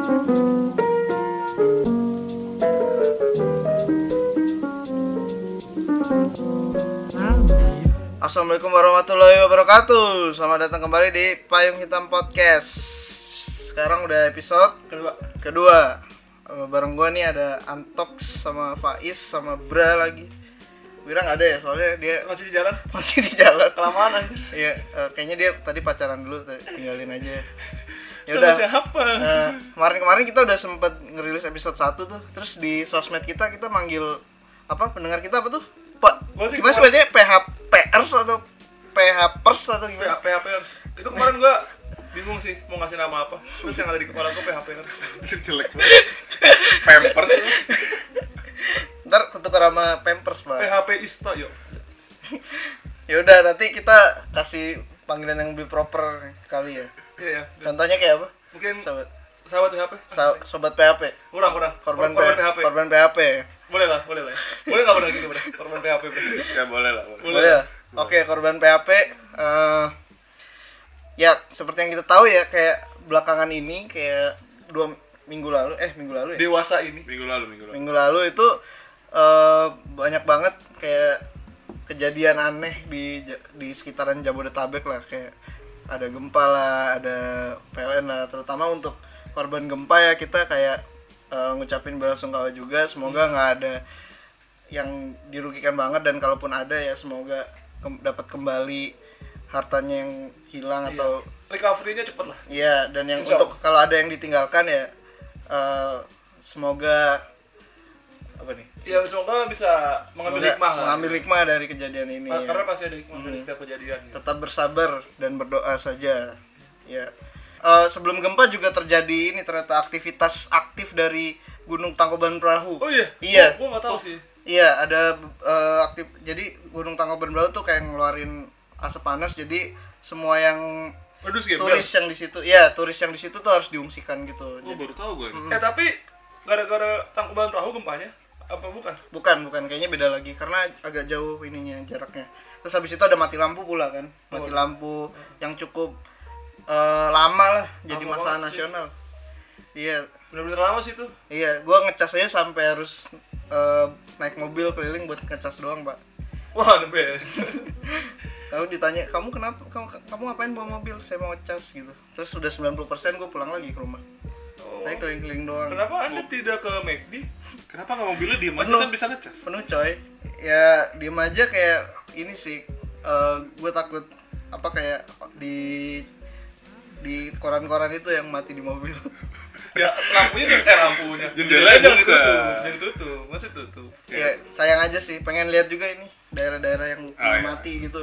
Assalamualaikum warahmatullahi wabarakatuh. Selamat datang kembali di Payung Hitam Podcast. Sekarang udah episode kedua. Bareng gue nih ada Antox sama Faiz sama Bra lagi. Wira nggak ada ya, soalnya dia masih di jalan. Kelamaan anjir. Iya, kayaknya dia tadi pacaran dulu, tinggalin aja. Ya sama udah. siapa? Kemarin kita udah sempet ngerilis episode 1 tuh. Terus di sosmed kita manggil pendengar kita apa tuh? Pak, gimana sih bacanya? PHPers atau PHpers atau gimana? PHPers. Itu kemarin gua bingung sih mau ngasih nama apa. Terus yang ada di kepala gua PHPers. Jelek banget. Pampers. Ntar ketukar sama Pampers, Pak. PHP Ista yuk. Ya udah, nanti kita kasih panggilan yang lebih proper kali ya. Iya. Contohnya kayak apa? Mungkin sahabat PHP. Sobat PHP. Kurang. Korban PHP. Korban PHP. Boleh lah. Boleh enggak benar gitu, Bro? Korban PHP. Ya boleh lah. Oke, korban PHP. Ya, seperti yang kita tahu ya, kayak belakangan ini kayak 2 minggu lalu ya. Dewasa ini. Minggu Lalu itu banyak banget kayak kejadian aneh di sekitaran Jabodetabek lah, kayak ada gempa lah, ada PLN lah, terutama untuk korban gempa ya kita kayak ngucapin belasungkawa juga, semoga nggak ada yang dirugikan banget, dan kalaupun ada ya semoga dapat kembali hartanya yang hilang atau recovery-nya cepet lah. Iya, dan yang untuk kalau ada yang ditinggalkan ya semoga apa nih? Ya semoga bisa mengambil hikmah dari kejadian ini. Karena pasti ada hikmah dari setiap kejadian. Tetap bersabar dan berdoa saja. Ya. Sebelum gempa juga terjadi ini ternyata aktivitas aktif dari Gunung Tangkuban Perahu. Oh iya? Iya. Gua nggak tahu sih. Iya, ada aktif. Jadi Gunung Tangkuban Perahu tuh kayak ngeluarin asap panas, jadi semua yang turis yang di situ, turis yang di situ tuh harus diungsikan gitu. Oh, baru tahu gue. Tapi gara-gara Tangkuban Perahu gempanya apa bukan? Bukan, kayaknya beda lagi karena agak jauh ininya jaraknya. Terus habis itu ada mati lampu pula kan. Mati lampu yang cukup lama lah, jadi masalah nasional. Iya, benar-benar lama sih itu. Iya, gua ngecas aja sampai harus naik mobil keliling buat ngecas doang, Pak. Wah, the best. Lalu ditanya, "Kamu kenapa? Kamu ngapain bawa mobil?" "Saya mau ngecas," gitu. Terus udah 90% gua pulang lagi ke rumah. Saya keliling-keliling doang. Kenapa Anda tidak ke McD? Kenapa nggak mobilnya diem aja kan bisa ngecas? Penuh coy. Ya diem aja kayak ini sih. Gue takut kayak di koran-koran itu yang mati di mobil. Ya lampunya. Jendelanya jangan ditutup. Masih tutup. Ya sayang aja sih. Pengen lihat juga ini daerah-daerah yang mati gitu.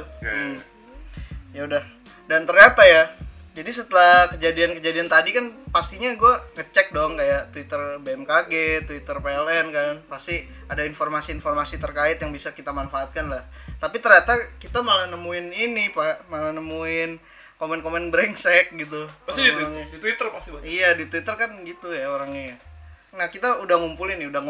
Ya udah. Dan ternyata ya. Jadi setelah kejadian-kejadian tadi kan pastinya gue ngecek dong kayak Twitter BMKG, Twitter PLN kan, pasti ada informasi-informasi terkait yang bisa kita manfaatkan lah. Tapi ternyata kita malah nemuin ini Pak, malah nemuin komen-komen brengsek gitu. Pasti di Twitter pasti banyak. Iya, di Twitter kan gitu ya orangnya. Nah kita udah ngumpulin nih, udah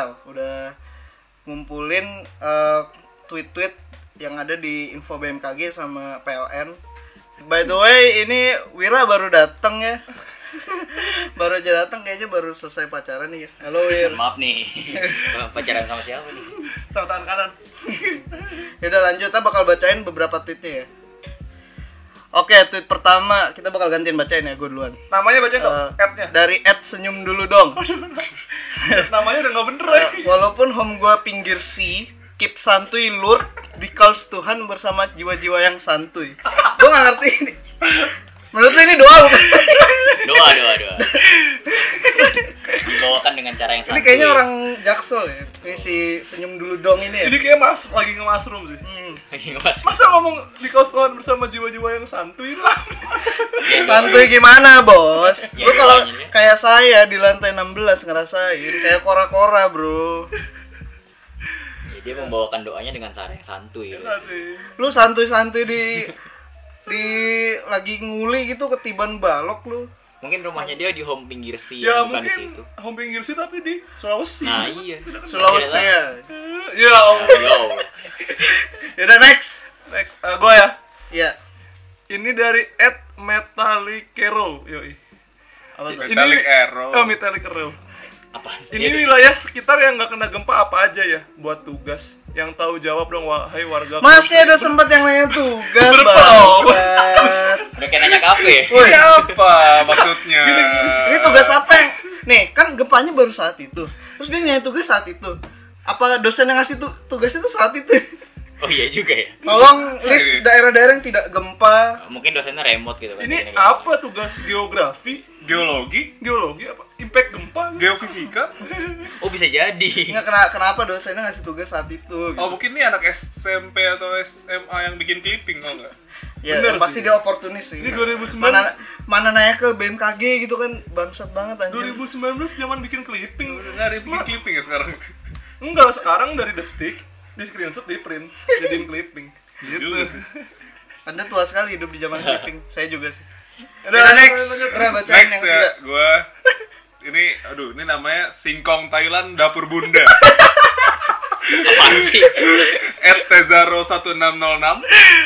ngumpulin tweet-tweet yang ada di info BMKG sama PLN. By the way, ini Wira baru datang ya. Baru aja datang, kayaknya baru selesai pacaran nih. Halo Wir. Maaf nih. Pacaran sama siapa nih? Sama tangan kanan. Yaudah lanjut, kita bakal bacain beberapa tweetnya ya. Oke, tweet pertama kita bakal gantiin bacain ya, gue duluan. Namanya bacain tuh, @-nya. Dari @senyum dulu dong. Namanya udah enggak bener walaupun home gue pinggir sea, keep santuy lur, because Tuhan bersama jiwa-jiwa yang santuy. Gue gak ngerti ini. Menurut lu ini doa bukan? Doa. Dibawakan dengan cara yang santuy. Ini kayaknya orang Jaksel ya. Ini si senyum dulu dong ini ya. Ini kayak lagi nge-mushroom sih. Lagi nge-mushroom. Masa ngomong di kaos Tuhan bersama jiwa-jiwa yang santuy itu? Santuy gimana, Bos? Lu kalau kayak saya di lantai 16 ngerasain kayak kora-kora, Bro. Dia membawakan doanya dengan cara yang santuy. Lu santuy-santuy di lagi nguli gitu ketiban balok lu. Mungkin rumahnya dia di home pinggir sea, ya, bukan di situ. Home pinggir sea tapi di Sulawesi. Nah, iya. Sulawesi ya. Ya Allah. Yaudah next. Gua ya. Iya. Ini dari @metalikero. Yoi. Apa tuh? Metallic arrow. Oh, metallic arrow. Apaan? Ini Itu- wilayah sekitar yang nggak kena gempa apa aja ya buat tugas. Yang tahu jawab dong, wahai warga. Masih ada sempat yang nanya tugas, Berpau. bangsat. Udah kayak nanya kafe. Woi, Ini apa maksudnya? ini tugas apa yang nih kan gempanya baru saat itu. Terus dia nanya tugas saat itu. Apa dosen yang ngasih tugas itu saat itu? Oh iya juga ya. Tolong list daerah-daerah yang tidak gempa. Mungkin dosennya remote gitu kan. Ini apa tugas geografi? Geologi, Geologi apa? Impact gempa? geofisika. Oh bisa jadi. Enggak kenapa dosennya ngasih tugas saat itu gitu. Oh mungkin ini anak SMP atau SMA yang bikin clipping, oh enggak? Ya, bener pasti sih. dia oportunis sih. Ini 2009. Mana nanya ke BMKG gitu kan, bangsat banget anjir. 2019 zaman bikin clipping. Nyari bikin clipping ya sekarang. Enggak, sekarang dari detik di screenshot di print jadiin clipping. Gitu. Juga sih. Anda tua sekali hidup di zaman clipping. Saya juga sih. Udah, Next. Udah bacain Next yang ya, tiga. gua ini namanya Singkong Thailand Dapur Bunda. Apaan sih? @tezaro1606.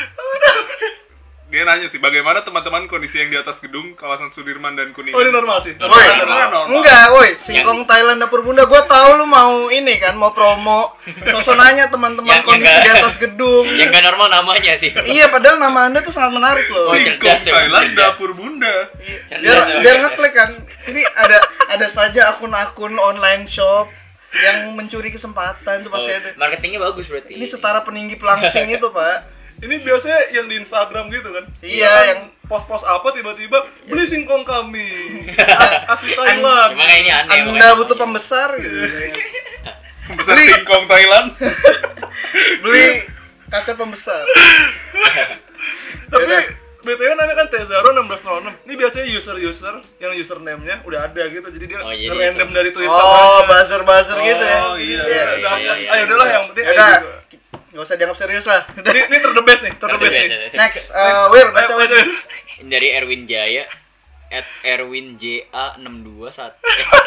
Dia nanya sih, bagaimana teman-teman kondisi yang di atas gedung kawasan Sudirman dan Kuningan? Oh, ini normal sih. Woi, Normal. enggak, woi, Singkong Thailand Dapur Bunda, gua tahu lu mau ini kan, mau promo. Sosonanya teman-teman Yang kondisi enggak- di atas gedung. Yang gak normal namanya sih. Iya, padahal nama Anda tuh sangat menarik loh. Oh, Singkong cerdas ya, Thailand cerdas. Dapur Bunda. Biar ngeklik kan. Ini ada saja akun-akun online shop yang mencuri kesempatan tuh Oh, pasti ada. marketingnya bagus berarti. Ini setara peninggi pelangsing itu, Pak. Ini biasanya yang di Instagram gitu kan. Iya, Kan yang- post-post apa tiba-tiba beli singkong kami. Asli Gimana Thailand. ini aneh. Anda makanya. butuh pembesar gitu. Besar Singkong Thailand. Beli kaca pembesar. Tapi Yaudah. BTW namanya kan Tezaro 1606. Ini biasanya user-user yang username-nya udah ada gitu. Jadi dia Oh, jadi nge-random dari Twitter. Oh, aja. buzzer-buzzer gitu ya. Oh, iya. Iya. Iya. Ayo udahlah yang penting Yaudah, ayo gitu. nggak usah dianggap serius lah. Ini ter the best nih, ter the best nih. Next, Wir, baca Ayo, Wir. Ini dari Erwin Jaya @erwinja621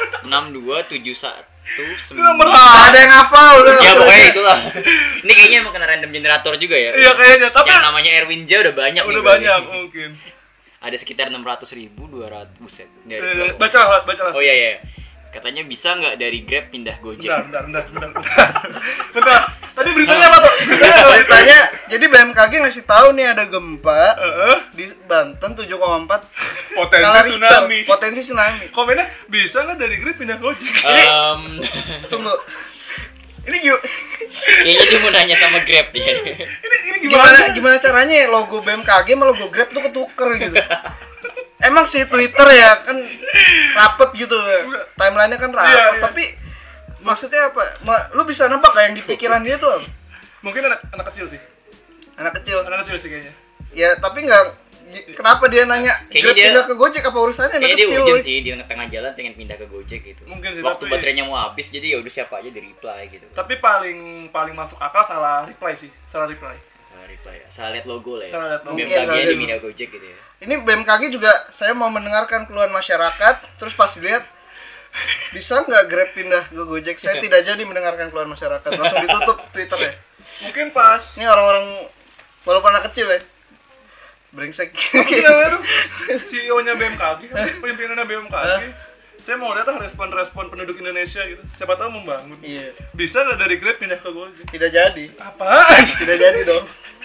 Ini nomor 62719. Ada yang hafal udah. Ya pokoknya itulah. Ini kayaknya emang kena random generator juga ya. Iya kayaknya, tapi Yang namanya Erwinja udah banyak nih udah berarti. banyak mungkin. Ada sekitar 600.200 buset. Baca lah. Oh iya. Katanya bisa nggak dari Grab pindah Gojek? Bentar. Bentar. Tadi beritanya apa tuh? Beritanya, jadi BMKG ngasih tahu nih ada gempa Heeh. di Banten 7,4 Potensi skala Richter. tsunami. Potensi tsunami. Komennya bisa nggak dari Grab pindah Gojek? Tunggu. Ini gimana? Kayaknya dia mau nanya sama Grab dia. Ini gimana? Gimana caranya ya logo BMKG sama logo Grab tuh ketuker gitu. Emang sih Twitter ya kan rapet gitu, timelinenya kan rapet, Iya. tapi maksudnya apa? Lu bisa nebak gak yang di pikiran dia tuh apa? Mungkin anak kecil sih. Anak kecil. Anak kecil sih kayaknya. Ya tapi nggak. Kenapa dia nanya Kayaknya Grab dia- pindah ke Gojek apa urusannya anak Kayaknya dia kecil? urgent woy? sih di tengah jalan pengen pindah ke Gojek gitu. Mungkin sih, Waktu tapi- baterainya mau habis jadi ya udah siapa aja di reply gitu. Tapi paling masuk akal salah reply sih. Salah reply. Salah reply. Salah lihat logo lah ya. Salah lihat logo. Mungkin, BMKG salah di lihat pindah Gojek gitu ya. Ini BMKG juga saya mau mendengarkan keluhan masyarakat, terus pas dilihat bisa nggak Grab pindah ke Gojek? Saya tidak jadi mendengarkan keluhan masyarakat, langsung ditutup Twitternya. Mungkin pas Ini orang-orang walaupun anak kecil ya, brengsek. apa sih namanya tuh? CEO-nya BMKG, apa sih pimpinannya BMKG. Saya mau lihat respon-respon penduduk Indonesia gitu. Siapa tahu membangun. Iya, Bisa nggak dari Grab pindah ke Gojek? tidak jadi, Apaan? tidak jadi dong.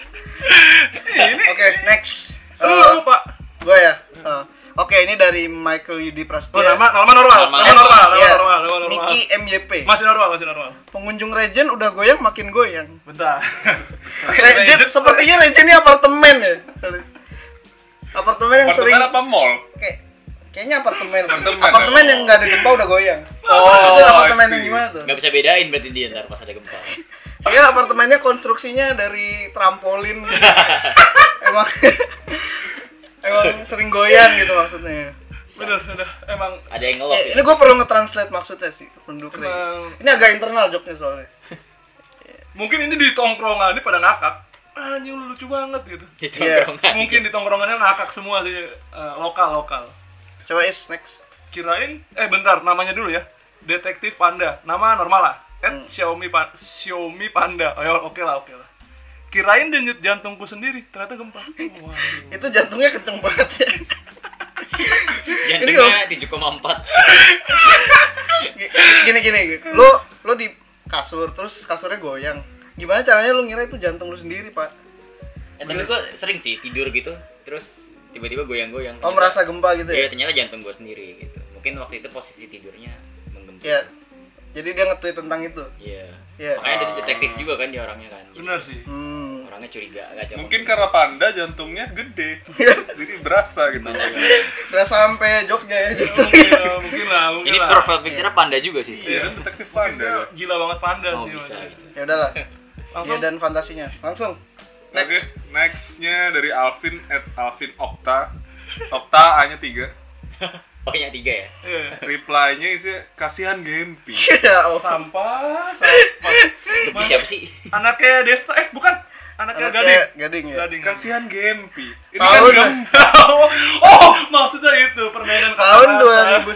Ini Oke, next. lu Pak. Gue ya. Oke, ini dari Michael Yudi Oh, Prasetya. nama normal. Nama Iya, Nama normal. Niki MYP. Masih normal. Pengunjung Regen udah goyang makin goyang. Bentar. Regen sepertinya Regen ini apartemen ya. Apartemen yang sering Apartemen apa mall? kayaknya apartemen. Apartemen, Apartemen ya. yang nggak ada gempa udah goyang. Oh, Itu apartemen I see. yang gimana tuh? Nggak bisa bedain berarti dia ntar pas ada gempa. Ya apartemennya konstruksinya dari trampolin. emang sering goyang gitu maksudnya. Bener, sudah. Emang Ada yang ngelok ya. Ini gue perlu nge-translate maksudnya sih penduduk Regen. Emang- Ini agak internal joknya soalnya. mungkin ini di tongkrongan ini pada ngakak. Anjing lu lucu banget gitu. Di Iya. tongkrongan. Mungkin di tongkrongannya ngakak semua sih, lokal. Coba is next. Kirain bentar, namanya dulu ya. Detektif Panda. Nama normal lah. Xiaomi Panda. Oh, ya, oke lah. Kirain denyut jantungku sendiri, ternyata gempa. Waduh. Itu jantungnya kenceng banget ya. Jantungnya Nya 7,4. Gini. Lu di kasur terus kasurnya goyang. Gimana caranya lu ngira itu jantung lu sendiri, Pak? Tapi gue sering sih tidur gitu, terus tiba-tiba goyang-goyang. Oh, merasa gempa gitu Iya, ya? ternyata jantung gue sendiri gitu. Mungkin waktu itu posisi tidurnya menggempur. Iya. Jadi dia nge-tweet tentang itu. Iya. Iya. Makanya dia detektif juga kan dia orangnya kan. Jadi Benar sih. orangnya curiga agak coba. Mungkin karena panda jantungnya gede. Jadi berasa gitu. Berasa sampai Jogja ya gitu. Mungkin lah. Ini profile picture panda juga sih. Iya, kan detektif panda. Gila banget panda Oh, sih. bisa, makanya. bisa. Ya udahlah. Langsung. Iya dan fantasinya. Langsung. Oke, Next. next-nya dari Alvin @alvinokta. Okta A-nya 3. Oh, yang 3 ya? Iya. Reply-nya isinya kasihan Gempi. Ya Allah. Sampah. Tapi siapa sih? Anaknya Desta, bukan. Anaknya Gading. Gading ya. Gading. Kasihan Gempi. Ini Tahun- kan Gempi. Oh, maksudnya itu permainan Tahun kata-kata.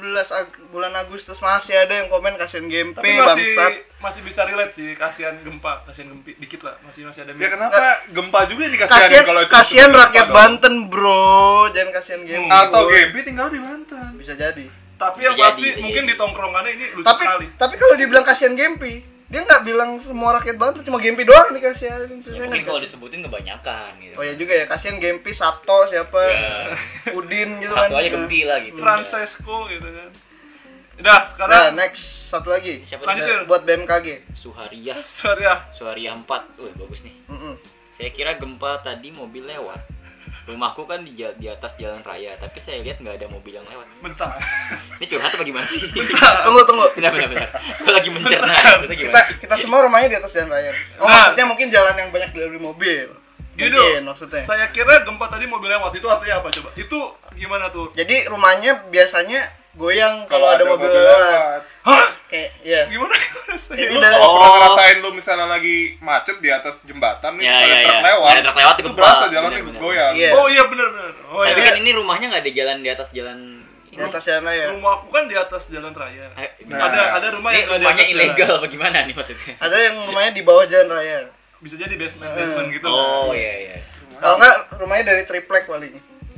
2019 bulan Agustus masih ada yang komen kasihan Gempi Tapi masih bangsat. masih bisa relate sih, kasihan gempa, kasihan gempi dikit lah, masih ada. Ya kenapa gempa juga yang dikasihanin Kasihan kalau itu kasihan gempa rakyat dong? Banten, Bro. Jangan kasihan Gempi. Atau bro. Gempi tinggal di Banten. Bisa jadi. Tapi Bisa yang jadi, pasti bisa mungkin jadi. di tongkrongannya ini lucu Tapi sekali. kalau dibilang kasihan Gempi, dia nggak bilang semua rakyat Banten, cuma Gempi doang dikasihanin. Ya, Sisanya mungkin nggak kalau dikasih. disebutin kebanyakan gitu. Oh ya juga ya, kasihan Gempi, Sabto siapa? Ya. Udin gitu kan. Satu aja gempi lah gitu. Francesco gitu kan. Udah, Nah, sekarang next satu lagi. Siapa Lanjut, nih? Yul. Buat BMKG. Suhariah. Surya. 4. Bagus nih. Mm-mm. Saya kira gempa tadi mobil lewat. Rumahku kan di atas jalan raya, tapi saya lihat nggak ada mobil yang lewat. Bentar. Ini curhat apa gimana sih? Tunggu. Benar. Gue lagi mencerna. Maksudnya gimana sih? Kita semua rumahnya di atas jalan raya. Oh, Nah. maksudnya mungkin jalan yang banyak dilalui mobil. Gini Mungkin dong. maksudnya. Saya kira gempa tadi mobil lewat itu artinya apa coba? Itu gimana tuh? Jadi rumahnya biasanya goyang kalau ada mobil lewat. Hah? Kayak ya. Gimana? Ini Saya udah Kalau Oh. pernah ngerasain lu misalnya lagi macet di atas jembatan nih, Ya, terus ada ya, truk ya. lewat. Ada truk lewat, itu itu gempa. berasa jalannya Bener, bener. goyang. Iya. Oh iya benar. Oh Tapi iya. kan ini rumahnya nggak ada jalan di atas jalan di ini. atas jalan raya. Rumahku kan di atas jalan raya. Nah. Ada rumah Ini yang nggak di rumahnya atas jalan. ilegal apa gimana nih maksudnya? Ada yang rumahnya di bawah jalan raya. Bisa jadi basement gitu. Oh kan. iya. Kalau enggak rumahnya dari triplek paling.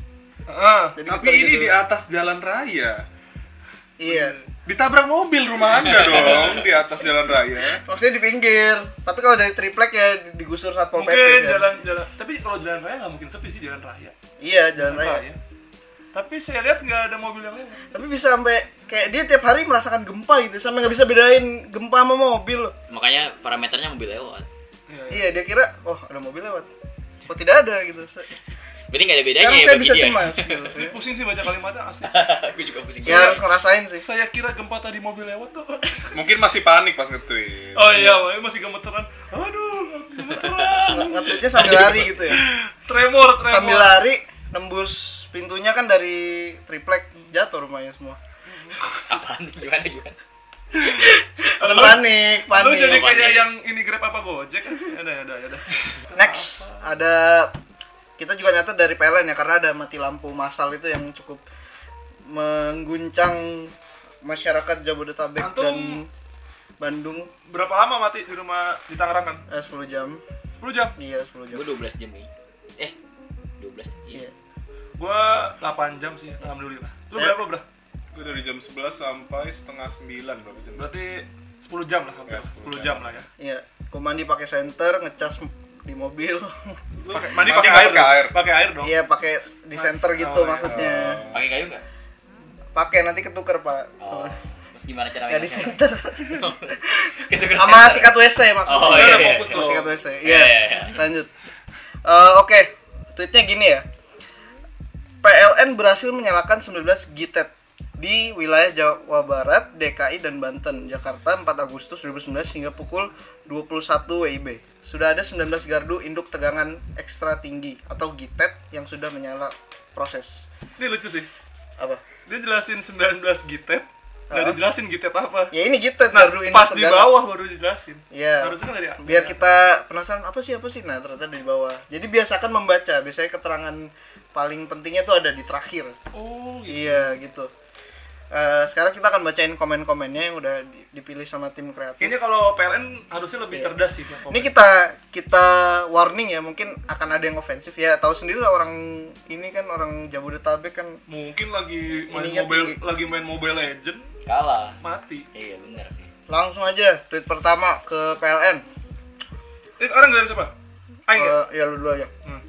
Jadi Tapi kita ini gitu. di atas jalan raya. Iya. Ditabrak mobil rumah Anda dong di atas jalan raya. Maksudnya di pinggir. Tapi kalau dari triplek ya digusur Satpol PP. Mungkin kan. jalan. Tapi kalau jalan raya nggak mungkin sepi sih jalan raya. Iya, jalan raya. Tapi saya lihat nggak ada mobil yang lewat. Tapi bisa sampai kayak dia tiap hari merasakan gempa gitu, sampai nggak bisa bedain gempa sama mobil loh. Makanya parameternya mobil lewat. Iya. Iya, dia kira, oh ada mobil lewat. Kok tidak ada gitu. Berarti nggak ada bedanya Sekarang ya saya bagi bisa dia. cemas. Gitu. Ini pusing sih baca kalimatnya asli. Gue juga pusing. Ya harus ngerasain sih. Saya kira gempa tadi mobil lewat tuh. Mungkin masih panik pas nge-tweet. Oh iya, masih gemeteran. Aduh, gemeteran. Nge-tweetnya sambil lari gitu ya. Tremor. Sambil lari nembus pintunya kan dari triplek, jatuh rumahnya semua. Apaan? Gimana? Panik. Lu jadi Panik. kayak yang ini Grab apa Gojek? Ada. Next ada kita juga nyatet dari PLN ya, karena ada mati lampu massal itu yang cukup mengguncang masyarakat Jabodetabek Antum- dan Bandung. Berapa lama mati di rumah di Tangerang kan? 10 jam. 10 jam. Iya, 10 jam. Gue 12 jam nih. 12. Iya. Gua 8 jam sih, alhamdulillah. Lu Saya- berapa, Bro? Gue dari jam 11 sampai setengah 9 berapa jam? Berarti 10 jam lah, hampir Ya, 10 jam lah ya. Iya, gua mandi pakai senter, ngecas di mobil. Mandi Mandi pakai pakai air, air. Pakai air dong. Iya, pakai di center gitu Oh, iya. maksudnya. Pakai kayu nggak? Pakai nanti ketuker, Pak. Oh. Terus gimana cara Ya di megangnya? center. Ketuker Sama center. sikat WC maksudnya. Oh, iya, iya. Fokus Sama dong. sikat WC. Iya, Iya. iya, iya. Lanjut. Oke. Tweetnya gini ya. PLN berhasil menyalakan 19 GTET di wilayah Jawa Barat, DKI, dan Banten, Jakarta 4 Agustus 2019 hingga pukul 21 WIB. Sudah ada 19 gardu induk tegangan ekstra tinggi atau GTET yang sudah menyala proses. Ini lucu sih. Apa? Dia jelasin 19 gitet, nggak dijelasin gitet apa. Ya ini GTET Nah, gardu induk pas di tegangan. bawah baru dijelasin. Iya. Harusnya kan dari Biar kita penasaran apa sih? Nah, ternyata di bawah. Jadi biasakan membaca. Biasanya keterangan paling pentingnya tuh ada di terakhir. Oh, gitu. Iya gitu. Sekarang kita akan bacain komen-komennya yang udah dipilih sama tim kreatif. Kayaknya kalau PLN harusnya lebih cerdas sih. Ini kita warning ya, mungkin akan ada yang ofensif ya. Tahu sendiri lah, orang ini kan orang Jabodetabek kan. Mungkin lagi main Ininya Mobile Legend Kalah. mati. Iya benar sih. Langsung aja tweet pertama ke PLN. Ini orang dari siapa? Aing ya? Ya lu dulu aja.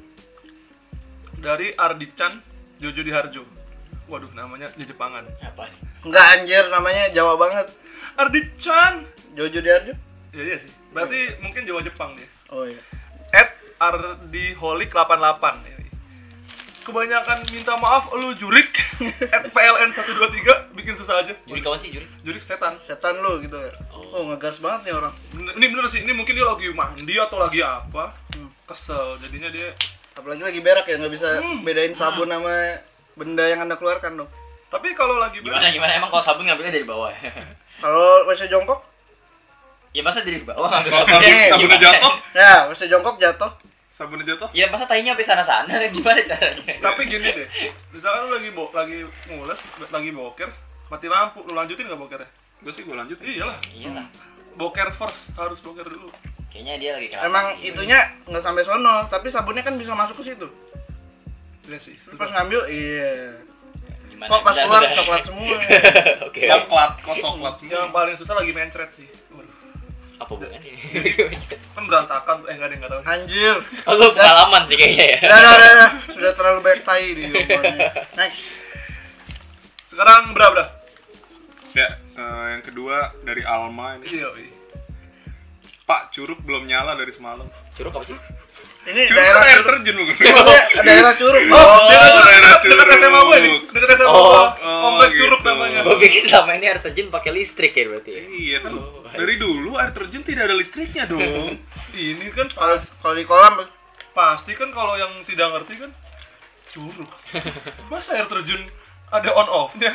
Dari Ardichan Jojo Diharjo. Waduh, namanya Jepangan. Apa? Enggak anjir, namanya Jawa banget. Ardichan. Jojo Diarjo? Iya sih. Berarti mungkin Jawa Jepang dia. Oh iya. @ardiholic88. Kebanyakan minta maaf lu jurik. @pln123 bikin susah aja. Juri kawan sih, juri. Jurik setan. Setan lu gitu ya. Oh, ngegas banget nih orang. Ini bener sih, ini mungkin dia lagi mandi atau lagi apa. Kesel, jadinya dia. Apalagi lagi berak ya, nggak bisa bedain sabun sama benda yang Anda keluarkan dong. Tapi kalau lagi Gimana emang kalau sabun ngambilnya dari bawah ya? Kalau WC jongkok? Ya masa dari bawah ngambil Kalau sabunnya? sabunnya jatuh, Ya, WC jongkok jatuh. sabunnya jatuh. Ya masa tainya sampai sana-sana, gimana caranya? Tapi gini deh, misalkan lu lagi mules, lagi boker, mati lampu, lu lanjutin nggak bokernya? Gue sih gue lanjut. Iyalah, Iyalah. boker first, harus boker dulu. Kayaknya dia lagi kenapa Emang sih? itunya nggak sampai sono, tapi sabunnya kan bisa masuk ke situ. Iya sih, Terus pas ngambil, iya. Gimana? Kok pas Bentar, keluar bentar. coklat semua. Oke. Soklat, kok soklat semua. Yang paling susah lagi mencret sih. Waduh, Apa bukannya? kan berantakan tuh, nggak ada yang nggak tahu. Anjir. Lu pengalaman sih kayaknya ya. Udah. Sudah terlalu banyak tai di rumahnya. Next. Sekarang berapa dah? Ya, yang kedua dari Alma ini. Iya, Pak, curug belum nyala dari semalam. Curug apa sih? Ini Curug daerah kan air Curug. terjun bukan? Ini daerah Curug. daerah dekat Curug. SMA gue nih, dekat SMA Oh. gue, komplek gitu. Curug namanya. Gue pikir selama ini air terjun pakai listrik ya berarti ya? Iya kan, dari dulu air terjun tidak ada listriknya dong. Ini kan Kalau di kolam pasti kan kalau yang tidak ngerti kan curug. Masa air terjun ada on off-nya?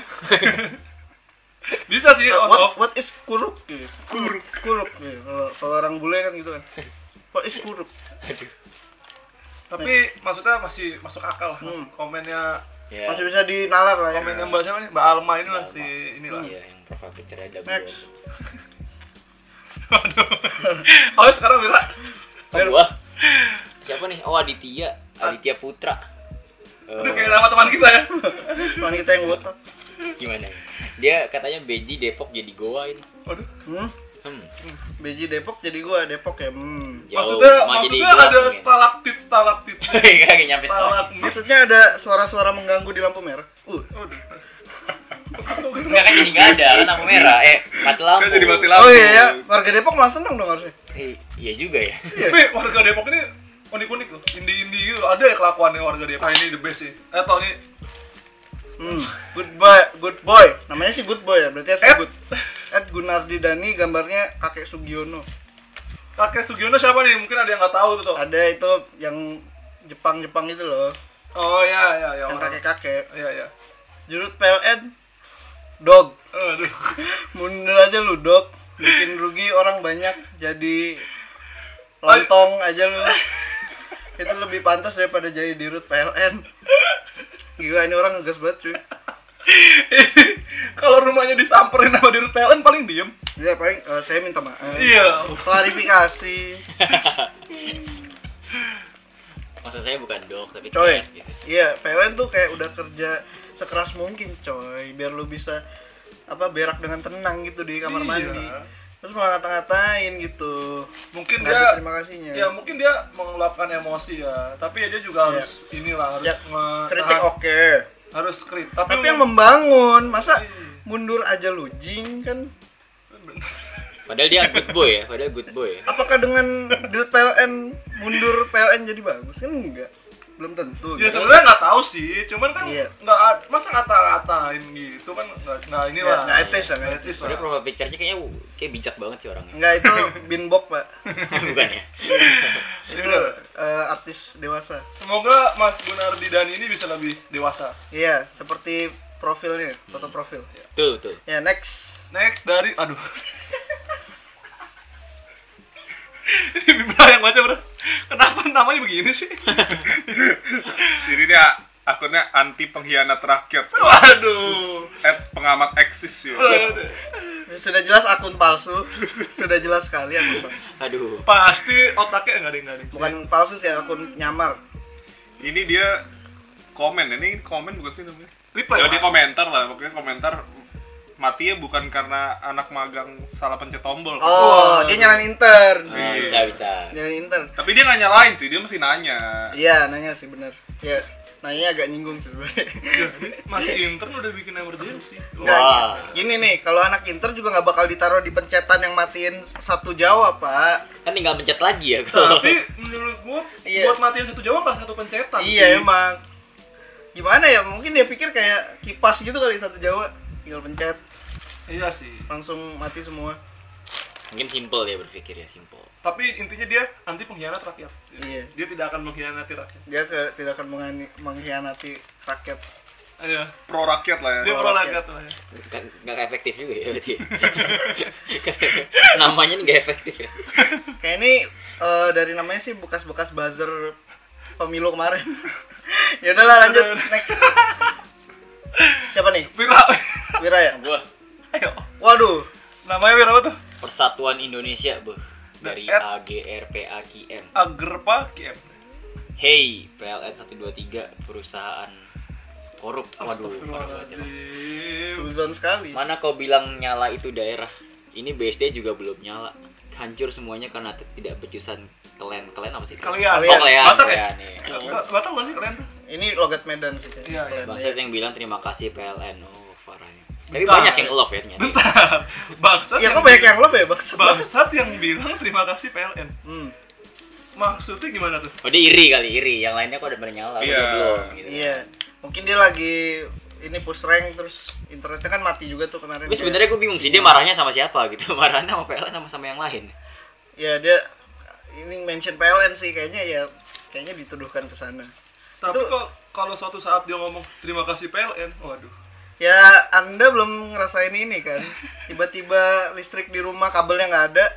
Bisa sih on off. what is kuruk? Kuruk. Ya. Kalau orang bule kan gitu kan. What is kuruk? Tapi maksudnya masih masuk akal lah. Komennya Ya. Masih bisa dinalar lah ya. komennya Mbak siapa nih? Mbak Alma ini lah si inilah. Iya, yang profile picture-nya ada Next. Oh, sekarang Mira. gua. Siapa nih? Oh, Aditya Putra. Udah kayak nama teman kita ya. Teman kita yang botak. Gimana? Dia katanya Beji Depok jadi Goa ini. Waduh. BJ Depok jadi gua Depok ya. Jauh, Maksudnya sama jadi ada gelap mungkin. stalaktit. Kagak nyampe setengah. Stalagmit. Maksudnya ada suara-suara mengganggu di lampu merah. Waduh. Enggak kan jadi nggak ada kan lampu merah. Mati lampu. Kan jadi mati lampu. Oh iya, warga Depok malah seneng dong harusnya. Iya juga ya. Tapi warga Depok ini unik-unik loh. Indie gitu. Ada ya kelakuannya warga Depok. Ini the best sih. Atau ini Good boy. Namanya sih good boy ya, berarti harus good. Gunardi Dani, gambarnya kakek Sugiono. kakek Sugiono siapa nih? Mungkin ada yang nggak tahu tuh. Ada itu yang Jepang itu loh, Oh iya. yang kakek-kakek. Iya. Jurut PLN, dog. Aduh. Mundur aja lu dog, bikin rugi orang banyak, jadi lontong aja lu. Itu lebih pantas daripada jadi dirut PLN. Gila, ini orang ngegas banget cuy. Kalau rumahnya disamperin sama dirut PLN paling diem. Ya paling saya minta maaf. Iya. Klarifikasi. Maksud saya bukan dok tapi Coy. cat gitu. Iya, PLN tuh kayak udah kerja sekeras mungkin coy, biar lu bisa berak dengan tenang gitu di kamar Iya. mandi. Terus malah ngata-ngatain gitu. Mungkin Nggak dia ada terima kasihnya. Ya mungkin dia mengeluapkan emosi ya. Tapi ya dia juga harus harus Ya, kritik oke. harus kritik. Tapi yang membangun, masa mundur aja lu jing kan? Padahal dia good boy ya. Apakah dengan dirut PLN mundur PLN jadi bagus? Kan enggak. Belum tentu. Ya gitu. sebenarnya nggak tahu sih, cuman kan Iya. masa ngata-ngatain gitu kan nggak inilah. Nggak etis lah, nggak etis Padahal lah. profile picture-nya kayaknya kayak bijak banget sih orangnya. Enggak, itu binbok, Pak. Bukan ya? Itu artis dewasa. Semoga Mas Gunardi Dani ini bisa lebih dewasa. Iya, seperti profilnya, foto profil. Tuh. Ya, next. Next dari aduh. Ini Bibra yang baca bro. Kenapa namanya begini sih? Jadi dia Akunnya anti pengkhianat rakyat. Waduh. @pengamat eksis ya. Sudah jelas akun palsu. Sudah jelas sekali akun palsu. Aduh. Pasti otaknya enggak ada. Bukan palsu sih, akun nyamar. Ini dia komen, ini komen bukan sih namanya? Reply. Ya dia komentar lah, pokoknya komentar matinya bukan karena anak magang salah pencet tombol. Oh, dia nyalain intern. Oh, bisa. Nyalain intern. Tapi dia nggak nyalain sih, dia mesti nanya. Iya, nanya sih bener. Ya, nanya agak nyinggung sih sebenarnya. Ya, ini masih intern udah bikin emergency. Nggak, Wah. gini nih, kalau anak intern juga nggak bakal ditaruh di pencetan yang matiin satu Jawa, Pak. Kan tinggal pencet lagi ya kalau. Tapi menurut gua Iya. buat matiin satu Jawa nggak satu pencetan Iya, sih. emang. Gimana ya? Mungkin dia pikir kayak kipas gitu kali satu Jawa. Tinggal pencet, Iya sih. langsung mati semua. Mungkin simple dia berpikir ya, simple. Tapi intinya dia anti pengkhianat rakyat. Iya. Dia tidak akan mengkhianati rakyat. Dia tidak akan mengkhianati rakyat. Iya. Pro rakyat lah ya. Dia pro rakyat lah ya. Nggak efektif juga ya berarti. Namanya nggak efektif ya. Kayak ini dari namanya sih bekas-bekas buzzer pemilu kemarin. Ya udahlah, lanjut next. Siapa nih? Wira ya? Gua Ayo. Waduh. Namanya Wira apa tuh? Persatuan Indonesia, dari AGRPAKM. Agrpa KM. Hey, PLN 123 perusahaan korup. Waduh, Astagfirullahaladzim. Suzon sekali. mana kau bilang nyala itu daerah? Ini BSD juga belum nyala. Hancur semuanya karena tidak becus kalian apa sih? Kalian. Oh, kalian. Batak ya? Kalian, nih. Gak tau gak sih kalian tuh? Ini logat Medan sih kayaknya. Iya, iya. Bangsat yang bilang terima kasih PLN. Oh, farahnya. Tapi Bentar. banyak yang love ya ternyata. Bangsat. Ya kok banyak yang love ya, Bangsat yang bilang terima kasih PLN. Hmm. Maksudnya gimana tuh? Oh, dia iri. Yang lainnya kok udah pada nyala, Iya. dia belum gitu. Iya. Mungkin dia lagi ini push rank terus internetnya kan mati juga tuh kemarin. Tapi sebenarnya gue bingung sih dia marahnya sama siapa gitu. Marahnya sama PLN sama yang lain. Ya dia ini mention PLN sih kayaknya dituduhkan ke sana. Tapi Itu- kalau suatu saat dia ngomong terima kasih PLN, waduh. Ya Anda belum ngerasain ini kan. Tiba-tiba listrik di rumah kabelnya nggak ada.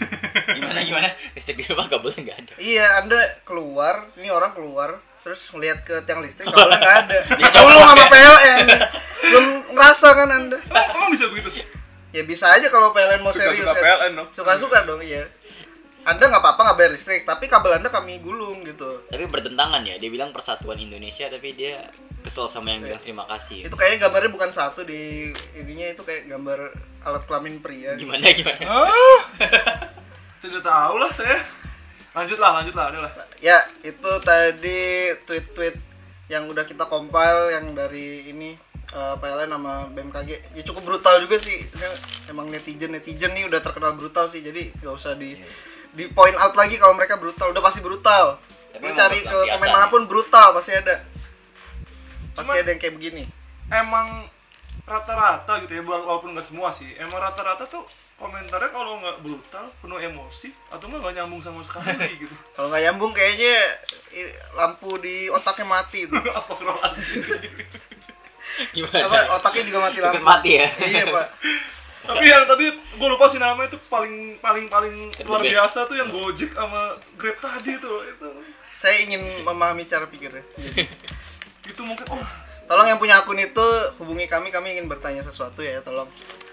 Gimana? Listrik di rumah kabelnya nggak ada. Iya, Anda keluar, ini orang keluar terus ngelihat ke tiang listrik kabelnya nggak ada. Dicolok Tolong sama ya? PLN. Belum ngerasa kan Anda? Emang bisa begitu? Ya bisa aja kalau PLN mau serius. Suka-suka kan. PLN dong. Suka-suka dong, iya. Anda nggak apa-apa nggak bayar listrik, tapi kabel Anda kami gulung gitu. Tapi bertentangan ya, dia bilang Persatuan Indonesia tapi dia kesel sama yang bilang terima kasih. Itu kayaknya gambarnya bukan satu di ininya, itu kayak gambar alat kelamin pria. Gimana? Ah, tidak tahu lah saya. Lanjutlah, adalah. Ya, itu tadi tweet-tweet yang udah kita compile yang dari ini PLN sama BMKG. Ya cukup brutal juga sih. Emang netizen nih udah terkenal brutal sih. Jadi nggak usah di point out lagi kalau mereka brutal. Udah pasti brutal. Tapi Lu emang cari bukan ke biasa komen nih. manapun brutal pasti ada. Pasti Cuman- ada yang kayak begini. Emang rata-rata gitu ya, walaupun nggak semua sih. Emang rata-rata tuh komentarnya kalau nggak brutal, penuh emosi, atau nggak nyambung sama sekali gitu. Kalau nggak nyambung kayaknya lampu di otaknya mati itu. Astagfirullahaladzim. Gimana? Apa otaknya juga mati lampu. Ikut mati ya. Iya, Pak. Tapi yang tadi gue lupa sih namanya, itu paling The luar best. biasa tuh yang Gojek sama Grab tadi tuh. Itu Saya ingin memahami cara pikirnya. itu mungkin Tolong yang punya akun itu hubungi kami ingin bertanya sesuatu ya, tolong.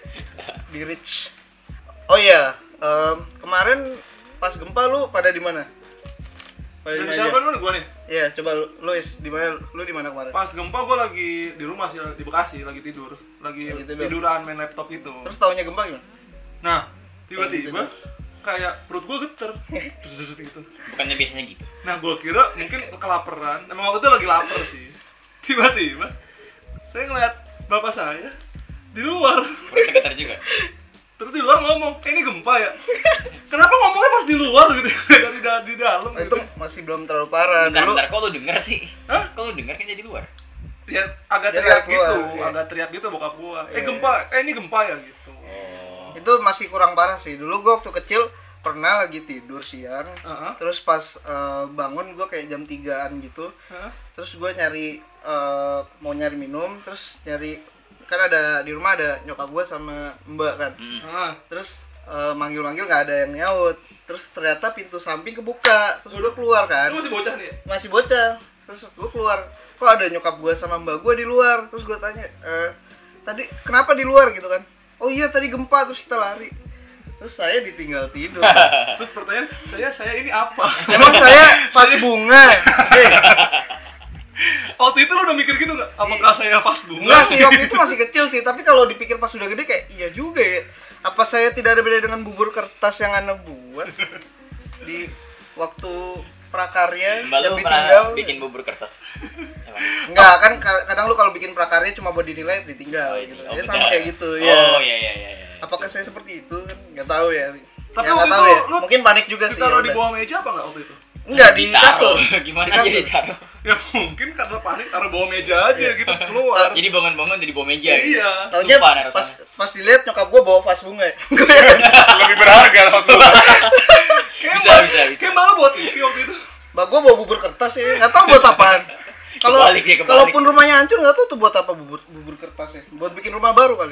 Di reach. Oh iya, kemarin pas gempa lu pada di mana? Pada di dari mana siapa aja? dulu gue nih? Iya, coba lu Is, di mana? Lu di mana kemarin? Pas gempa gue lagi di rumah sih, di Bekasi, lagi tidur. Lagi Lagi tidur. tiduran main laptop itu. Terus taunya gempa gimana? Nah, tiba-tiba kayak perut gue geter. Gitu. Bukannya biasanya gitu. Nah, gue kira mungkin kelaparan. Emang waktu itu lagi lapar sih. Tiba-tiba saya ngeliat bapak saya di luar. Perutnya getar juga. Terus di luar ngomong, ini gempa ya? Kenapa ngomongnya pas di luar gitu? Dari di dalam Oh, itu gitu. masih belum terlalu parah. Dulu Bentar, kok lu denger sih? Hah? Kok lu denger kan jadi luar? Ya agak Dia teriak nggak keluar, gitu, iya. agak teriak gitu bokap gua. Iya. Gempa, ini gempa ya gitu. Oh. itu masih kurang parah sih. Dulu gua waktu kecil pernah lagi tidur siang. Heeh. Terus pas bangun gua kayak jam 3-an gitu. Heeh. Terus gue nyari mau nyari minum, terus nyari, kan ada di rumah ada nyokap gue sama mbak kan. Heeh. Terus manggil-manggil nggak ada yang nyaut. Terus ternyata pintu samping kebuka, terus gue keluar kan. Lu masih bocah nih ya? Masih bocah. Terus gue keluar, kok ada nyokap gue sama mbak gue di luar. Terus gue tanya, tadi kenapa di luar gitu kan? Oh iya tadi gempa, terus kita lari. Terus saya ditinggal tidur. Terus pertanyaan, saya ini apa? Emang saya vas bunga. Waktu itu lu udah mikir gitu nggak? Apakah saya vas bunga? Enggak sih, waktu itu masih kecil sih. Tapi kalau dipikir pas udah gede kayak iya juga ya. Apa saya tidak ada beda dengan bubur kertas yang Anda buat di waktu prakarya Mbak yang lu ditinggal? pernah bikin bubur kertas? Emang? Enggak, kan kadang lu kalau bikin prakarya cuma buat dinilai ditinggal Oh, gitu. oh, Ya benar. sama kayak gitu ya. Oh iya. Apakah saya seperti itu kan? Enggak tahu ya. Tapi Ya, waktu nggak tahu itu ya. lu Mungkin panik juga sih. ditaruh ya di udah. bawah meja apa nggak waktu itu? Enggak di Ditaruh. kasur. Gimana Di aja kasur. ditaruh? Ya mungkin karena panik taruh bawah meja aja gitu terus keluar. Jadi bangun-bangun di bawah meja. gitu? Iya. Taunya Sumpah, Ner, pas dilihat nyokap gua bawa vas bunga ya. Lebih berharga langsung. Bisa. Kayak malah buat TV waktu itu. Mbak gua bawa bubur kertas ya. Enggak tahu buat apaan. Kalau Kebalik dia, kebalik. kalaupun rumahnya hancur enggak tahu tuh buat apa bubur kertasnya. Buat bikin rumah baru kali.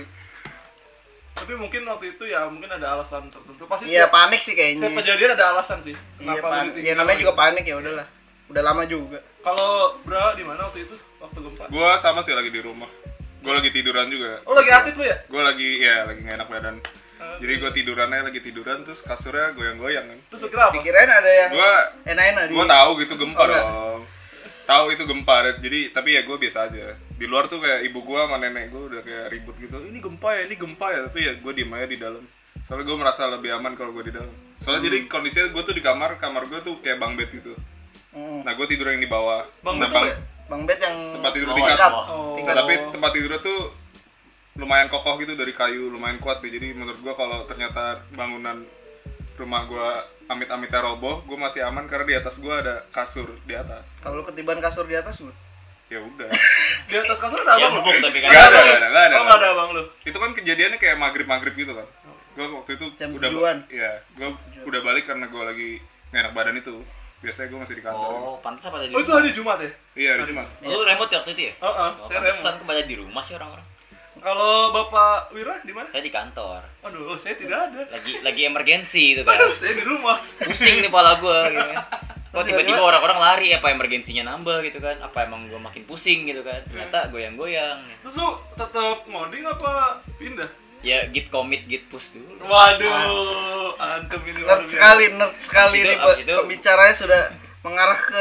Tapi mungkin waktu itu ya mungkin ada alasan tertentu. Pasti Iya, setiap, panik sih setiap kayaknya. kejadian ada alasan sih. Iya, Kenapa lu panik. ditinggal Ya namanya juga gitu. panik ya udahlah. Udah lama juga. Kalau Bra di mana waktu itu? Waktu gempa? Gua sama sih lagi di rumah. Gua lagi tiduran juga. Oh lagi aktif lu ya? Gua lagi lagi nggak enak badan. Jadi gua lagi tiduran terus kasurnya goyang-goyang kan. Terus lu kira apa? Dikirain ada yang Gua enak-enak di. Gua tahu gitu gempa Oh, enggak. dong. Tahu itu gempa, jadi tapi ya gue biasa aja. Di luar tuh kayak ibu gua sama nenek gua udah kayak ribut gitu. Ini gempa ya, tapi ya gue diem aja di dalam. Soalnya gue merasa lebih aman kalau gue di dalam. Soalnya jadi kondisinya gue tuh di kamar gue tuh kayak bang bed gitu. Nah gue tidur yang di bawah. Bang Nah, betul ya? Bang Bet yang tempat tidur Oh, tingkat. Oh. Tingkat. Tapi tempat tidurnya tuh lumayan kokoh gitu dari kayu, lumayan kuat sih. Jadi menurut gua kalau ternyata bangunan rumah gua amit-amitnya roboh, gua masih aman karena di atas gua ada kasur di atas. Kalau lu ketiban kasur di atas lu. Ya udah. Di atas kasur ada Ya abang lu? bubuk tapi kan. Gak ada. Oh nggak ada abang lu? Itu kan kejadiannya kayak maghrib gitu kan. Gua waktu itu Jam udah 7-an. Iya, gua udah balik karena gua lagi nggak enak badan itu. Biasanya gua masih di kantor. Oh, pantas apa ada di Oh itu rumah? hari Jumat ya? Iya, hari Jumat. Lu remote ya waktu itu ya? Heeh, Oh, saya pantesan remote. kepada di rumah sih orang-orang. Kalau Bapak Wira di mana? Saya di kantor. Aduh, saya tidak ada. Lagi emergensi itu kan. Aduh, saya di rumah. Pusing nih pala gua gitu kan. Kok Terus tiba-tiba tiba-tiba- orang-orang lari, apa emergensinya nambah gitu kan? Apa emang gua makin pusing gitu kan? Ternyata goyang-goyang. Terus lu tetap ngoding apa pindah? Ya git commit git push dulu. Waduh, antem ini luar biasa. Nerd sekali Abis nih itu- abis itu- pembicaranya sudah mengarah ke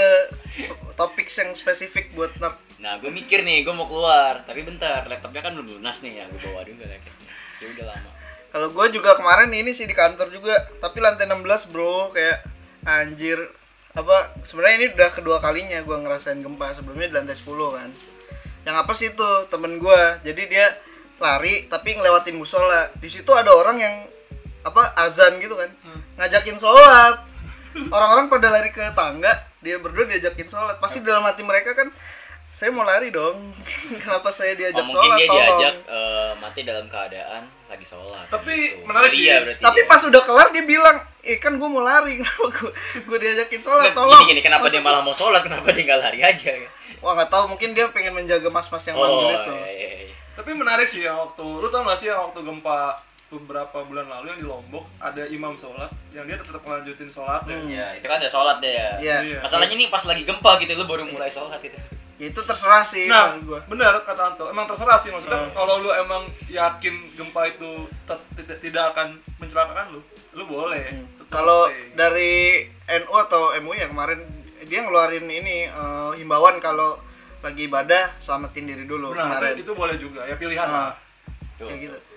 topik yang spesifik buat nerd. Nah, gue mikir nih, gue mau keluar, tapi bentar, laptopnya kan belum lunas nih ya, gue bawa dulu laptopnya. Ya udah lama. Kalau gue juga kemarin ini sih di kantor juga, tapi lantai 16 bro, kayak anjir. Apa sebenarnya ini udah kedua kalinya gue ngerasain gempa. Sebelumnya di lantai 10 kan. Yang apa sih itu temen gue, jadi dia lari tapi ngelewatin musola. Di situ ada orang yang apa azan gitu kan, ngajakin sholat. Orang-orang pada lari ke tangga, dia berdua diajakin sholat. Pasti dalam hati mereka kan, saya mau lari dong. Kenapa saya diajak Oh, mungkin sholat? dia Tolong. diajak mati dalam keadaan lagi sholat. Tapi gitu. menarik sih. Iya, berarti Tapi dia. pas udah kelar dia bilang, kan gue mau lari. Kenapa gue diajakin sholat? Tolong. Gini, kenapa dia Masa malah mau sholat, kenapa dia nggak lari aja? Wah nggak tahu, mungkin dia pengen menjaga mas-mas yang manggil itu. Iya. Tapi menarik sih yang waktu, lu tau gak sih yang waktu gempa beberapa bulan lalu yang di Lombok ada imam sholat yang dia tetap melanjutin sholatnya. Ya, itu kan ada sholat deh ya. Iya. Iya. Masalahnya nih pas lagi gempa gitu, lu baru mulai sholat itu. Ya itu terserah sih Nah, menurut gua. benar kata Anto. Emang terserah sih maksudnya. Kalau lu emang yakin gempa itu tidak akan mencelakakan lu boleh. tetap Kalau stay. dari NU atau MUI ya kemarin dia ngeluarin ini himbauan kalau lagi ibadah selamatin diri dulu benar, kemarin. itu boleh juga. Ya pilihan Nah, lah. Tuh. kayak gitu.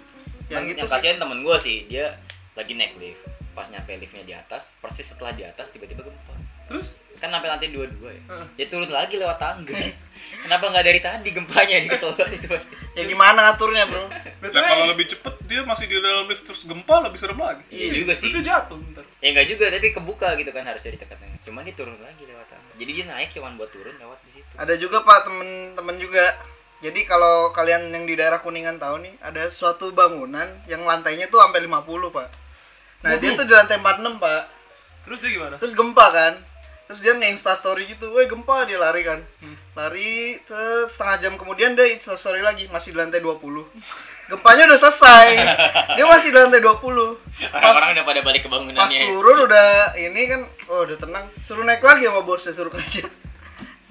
Ya Yang gitu sih. kasihan temen gue sih, dia lagi naik lift. Pas nyampe liftnya di atas, persis setelah di atas tiba-tiba gempa. Terus Kan sampai lantai 22 ya. Dia turun lagi lewat tangga. Kenapa nggak dari tadi gempanya di kesolan itu pasti. Ya gimana ngaturnya, Bro? Nah, kalau lebih cepet dia masih di dalam lift terus gempa lebih serem lagi. Iya juga sih. itu jatuh ntar. Ya enggak juga, tapi kebuka gitu kan harusnya ditekan. Cuman dia turun lagi lewat tangga. Jadi dia naik cuman buat turun lewat di situ. Ada juga Pak temen-temen juga. Jadi kalau kalian yang di daerah Kuningan tahu nih, ada suatu bangunan yang lantainya tuh sampai 50, Pak. Nah, dia tuh di lantai 46, Pak. Terus dia gimana? Terus gempa kan. Terus dia nge-insta story gitu, "Woi, gempa," dia lari kan. Lari, terus setengah jam kemudian dia insta story lagi, masih di lantai 20. Gempanya udah selesai. Dia masih di lantai 20. Orang-orang udah pada balik ke Pas bangunannya. turun udah ini kan, oh udah tenang. Suruh naik lagi sama bosnya, suruh kerja.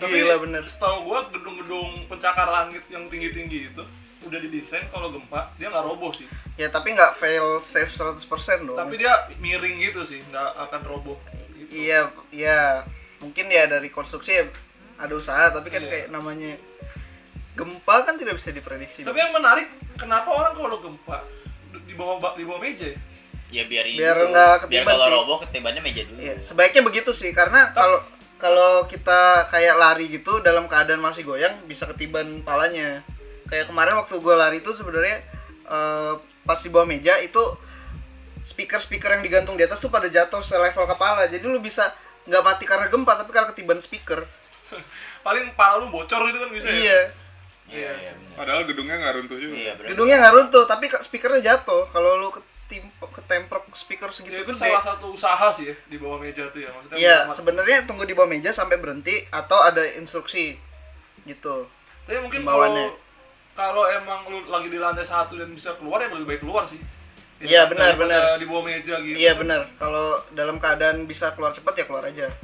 Tapi Gila bener. setahu gua gedung-gedung pencakar langit yang tinggi-tinggi itu udah didesain kalau gempa dia nggak roboh sih. Ya tapi nggak fail safe 100% dong. Tapi dia miring gitu sih, nggak akan roboh. Gitu. Iya, mungkin ya dari konstruksi ya ada usaha, tapi kan Iya. kayak namanya gempa kan tidak bisa diprediksi. Tapi yang menarik, kenapa orang kalau gempa di bawah meja ya? Ya biar ini Biar dulu. nggak Biar ketiban kalau sih. roboh ketibannya meja dulu. Iya, sebaiknya begitu sih, karena kalau kita kayak lari gitu dalam keadaan masih goyang bisa ketiban palanya. Kayak kemarin waktu gue lari itu sebenarnya pas di bawah meja itu speaker yang digantung di atas tuh pada jatuh selevel kepala. Jadi lu bisa nggak mati karena gempa tapi karena ketiban speaker. Paling pala lu bocor gitu kan bisa ya? Iya. Iya, iya, benar. Padahal gedungnya nggak runtuh juga. Iya, benar. Gedungnya nggak runtuh tapi speakernya jatuh. Kalau lu ketemprok speaker Ya, segitu itu gede. salah satu usaha sih ya di bawah meja tuh ya maksudnya. Iya, buat- sebenarnya tunggu di bawah meja sampai berhenti atau ada instruksi gitu. Tapi mungkin Himbauannya. kalau emang lu lagi di lantai 1 dan bisa keluar ya lebih baik keluar sih. Iya, benar, Daripada benar. Di bawah meja gitu. Iya benar. Kalau dalam keadaan bisa keluar cepat ya keluar aja.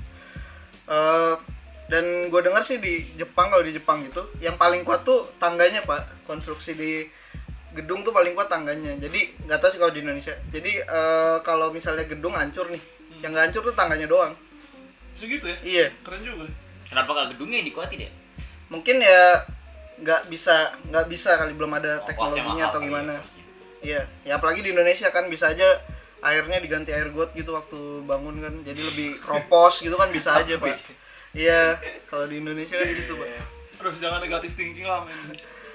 Dan gue dengar sih di Jepang, kalau di Jepang itu yang paling kuat tuh tangganya pak. Konstruksi di gedung tuh paling kuat tangganya. Jadi nggak tahu sih kalau di Indonesia. Jadi kalau misalnya gedung hancur nih, yang nggak hancur tuh tangganya doang. Bisa gitu ya? Iya. Keren juga. Kenapa nggak gedungnya yang dikuatin ya? Mungkin ya nggak bisa kali, belum ada Ongkosnya teknologinya mahal atau kali ya, gimana. ongkosnya. Iya. Ya apalagi di Indonesia kan bisa aja airnya diganti air got gitu waktu bangun kan. Jadi lebih kropos gitu kan bisa aja pak. Iya, kalau di Indonesia kan gitu pak. Aduh, jangan negatif thinking lah men.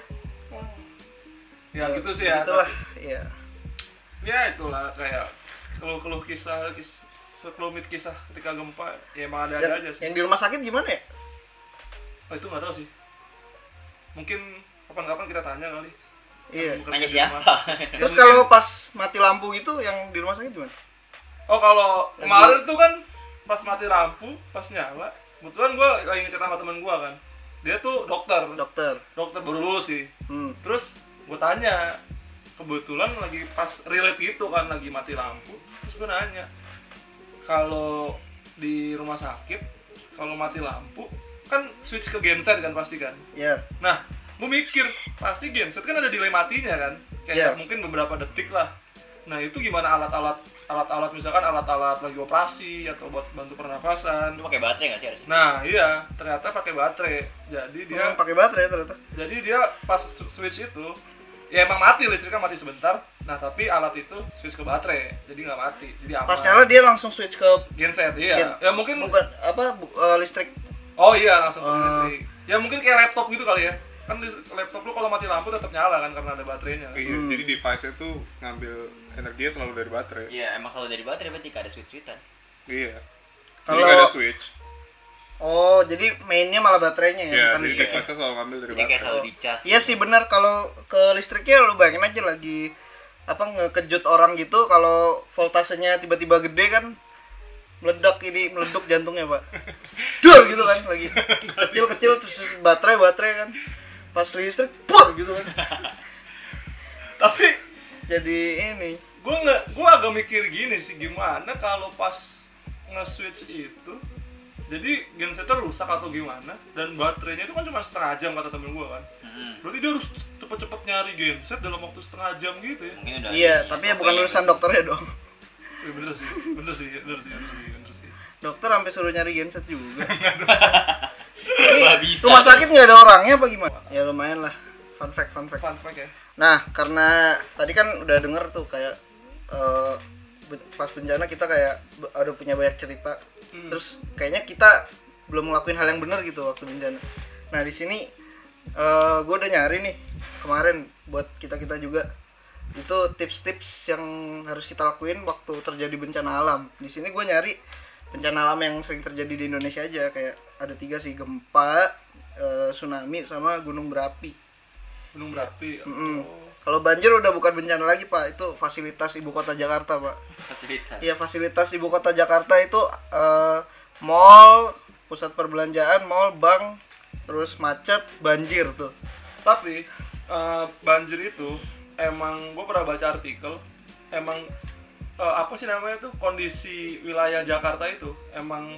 Ya gitu sih ya. Itulah, iya. Ya itulah kayak keluh-keluh sekelumit kisah ketika gempa ya emang ada aja sih. Yang di rumah sakit gimana ya? Oh, itu nggak tahu sih. Mungkin kapan-kapan kita tanya kali. Iya. Bekerja Nanya di siapa? rumah. Terus mungkin- kalau pas mati lampu gitu yang di rumah sakit gimana? Oh, kalau kemarin tuh kan pas mati lampu, pas nyala, kebetulan gue lagi ngechat sama temen gue kan. Dia tuh dokter baru lulus sih. Terus gue tanya, kebetulan lagi pas relate gitu kan, lagi mati lampu. Terus gue nanya, kalau di rumah sakit, kalau mati lampu, kan switch ke genset kan pasti kan. Iya. Nah, gue mikir, pasti genset kan ada delay matinya kan. Kayak Iya. mungkin beberapa detik lah. Nah, itu gimana alat-alat misalkan alat-alat lagi operasi atau buat bantu pernafasan. Itu pakai baterai nggak sih harusnya? Nah, iya, ternyata pakai baterai. Jadi dia Pakai baterai ternyata. pas switch itu ya emang mati, listriknya mati sebentar. Nah, tapi alat itu switch ke baterai. Jadi nggak mati. Jadi aman. Pas nyala dia langsung switch ke genset, iya. Ya mungkin bukan listrik. oh iya, langsung ke Oh. listrik. Ya mungkin kayak laptop gitu kali ya. Kan laptop lu kalau mati lampu tetap nyala kan karena ada baterainya. Iya, jadi device itu ngambil energinya selalu dari baterai. Iya, emang kalau dari baterai berarti nggak ada switch-switchan. Iya. Jadi Kalau- nggak ada switch. Oh, jadi mainnya malah baterainya ya, Iya, bukan jadi listrik. device-nya selalu ngambil dari Jadi kayak baterai. selalu dicas. Iya sih benar, kalau ke listriknya lu bayangin aja lagi ngekejut orang gitu, kalau voltasenya tiba-tiba gede kan meleduk jantungnya pak. Dur gitu kan lagi kecil terus baterai kan pas listrik gitu kan. Tapi Jadi ini gue agak mikir gini sih, gimana kalau pas nge-switch itu jadi gensetnya rusak atau gimana, dan baterainya itu kan cuma setengah jam kata temen gue kan. Berarti dia harus cepet-cepet nyari genset dalam waktu setengah jam gitu ya. Mungkin udah iya, ini, tapi ya bukan software urusan dokternya dong. Bener sih. Dokter sampai suruh nyari genset juga. Nggak bisa. Rumah sakit nggak ada orangnya apa gimana? Ya lumayan lah. Fun fact. Fun fact ya. Nah, karena tadi kan udah denger tuh kayak pas bencana kita kayak ada punya banyak cerita. Terus kayaknya kita belum ngelakuin hal yang benar gitu waktu bencana. Nah, di sini gue udah nyari nih kemarin buat kita juga. Itu tips-tips yang harus kita lakuin waktu terjadi bencana alam. Di sini gue nyari bencana alam yang sering terjadi di Indonesia aja, kayak ada 3 sih, gempa, tsunami sama gunung berapi. Gunung berapi. Kalau banjir udah bukan bencana lagi pak, itu fasilitas ibu kota Jakarta pak. fasilitas. Iya, fasilitas ibu kota Jakarta itu mall, pusat perbelanjaan, mall, bank, terus macet, banjir tuh. Tapi banjir itu emang gue pernah baca artikel, emang apa sih namanya tuh, kondisi wilayah Jakarta itu emang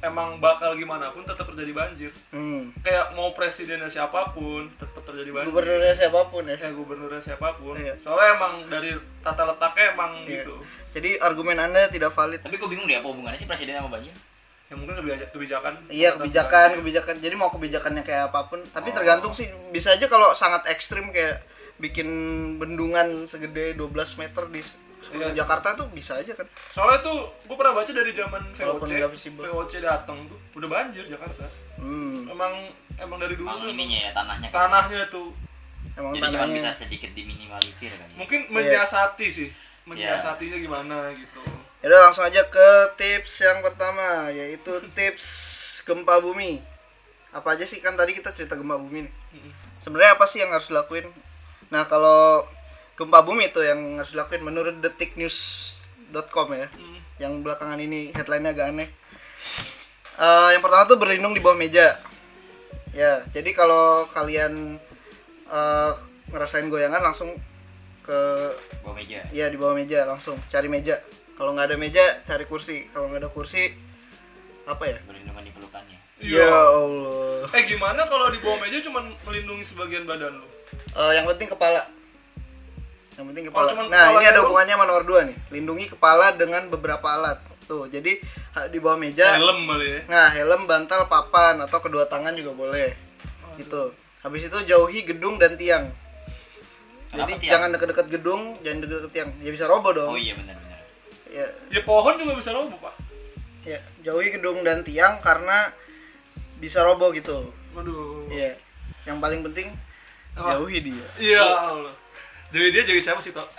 emang bakal gimana pun tetap terjadi banjir. Kayak mau presidennya siapapun tetap terjadi banjir. Gubernurnya siapapun ya. Gubernurnya siapapun. Iya. Soalnya emang dari tata letaknya emang gitu. Jadi argumen Anda tidak valid. Tapi gue bingung deh apa hubungannya sih presiden sama banjir? Ya mungkin kebijakan. Iya, kebijakan. Jadi mau kebijakannya kayak apapun, tapi tergantung sih. Bisa aja kalau sangat ekstrim kayak bikin bendungan segede 12 meter di Jakarta tuh bisa aja kan. Soalnya tuh gue pernah baca dari zaman VOC datang tuh udah banjir Jakarta. Emang dari dulu tuh ininya ya tanahnya tuh. Emang jadi cuma tanahnya bisa sedikit diminimalisir kan. Mungkin menyiasati sih. Menyiasatinya gimana gitu. Yaudah langsung aja ke tips yang pertama, yaitu tips gempa bumi. Apa aja sih, kan tadi kita cerita gempa bumi nih. Sebenarnya apa sih yang harus dilakuin? Nah, kalau gempa bumi itu yang harus dilakuin menurut detiknews.com ya. Yang belakangan ini headline-nya agak aneh. Yang pertama tuh berlindung di bawah meja. Ya, jadi kalau kalian ngerasain goyangan langsung ke bawah meja. Iya, di bawah meja langsung cari meja. Kalau nggak ada meja, cari kursi. Kalau nggak ada kursi, apa ya? Berlindungan di pelukannya. Ya Allah. Gimana kalau di bawah meja cuma melindungi sebagian badan lu? Yang penting kepala. Yang penting kepala. Nah, ini ada hubungannya sama nomor 2 nih. Lindungi kepala dengan beberapa alat. Tuh, jadi di bawah meja. Helm kali ya. Nah, helm, bantal, papan atau kedua tangan juga boleh. Gitu. Habis itu jauhi gedung dan tiang. Jadi jangan dekat-dekat gedung, jangan dekat-dekat tiang. Ya bisa roboh dong. Oh iya benar. Ya pohon juga bisa roboh, Pak. Ya, jauhi gedung dan tiang karena bisa roboh gitu. Waduh. Iya. Yang paling penting jauhi dia. Iya Allah. Jauhi siapa sih, Tok?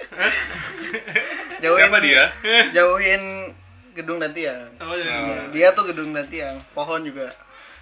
Siapa dia? Jauhin gedung dan tiang. Oh, iya. Dia tuh gedung dan tiang, pohon juga.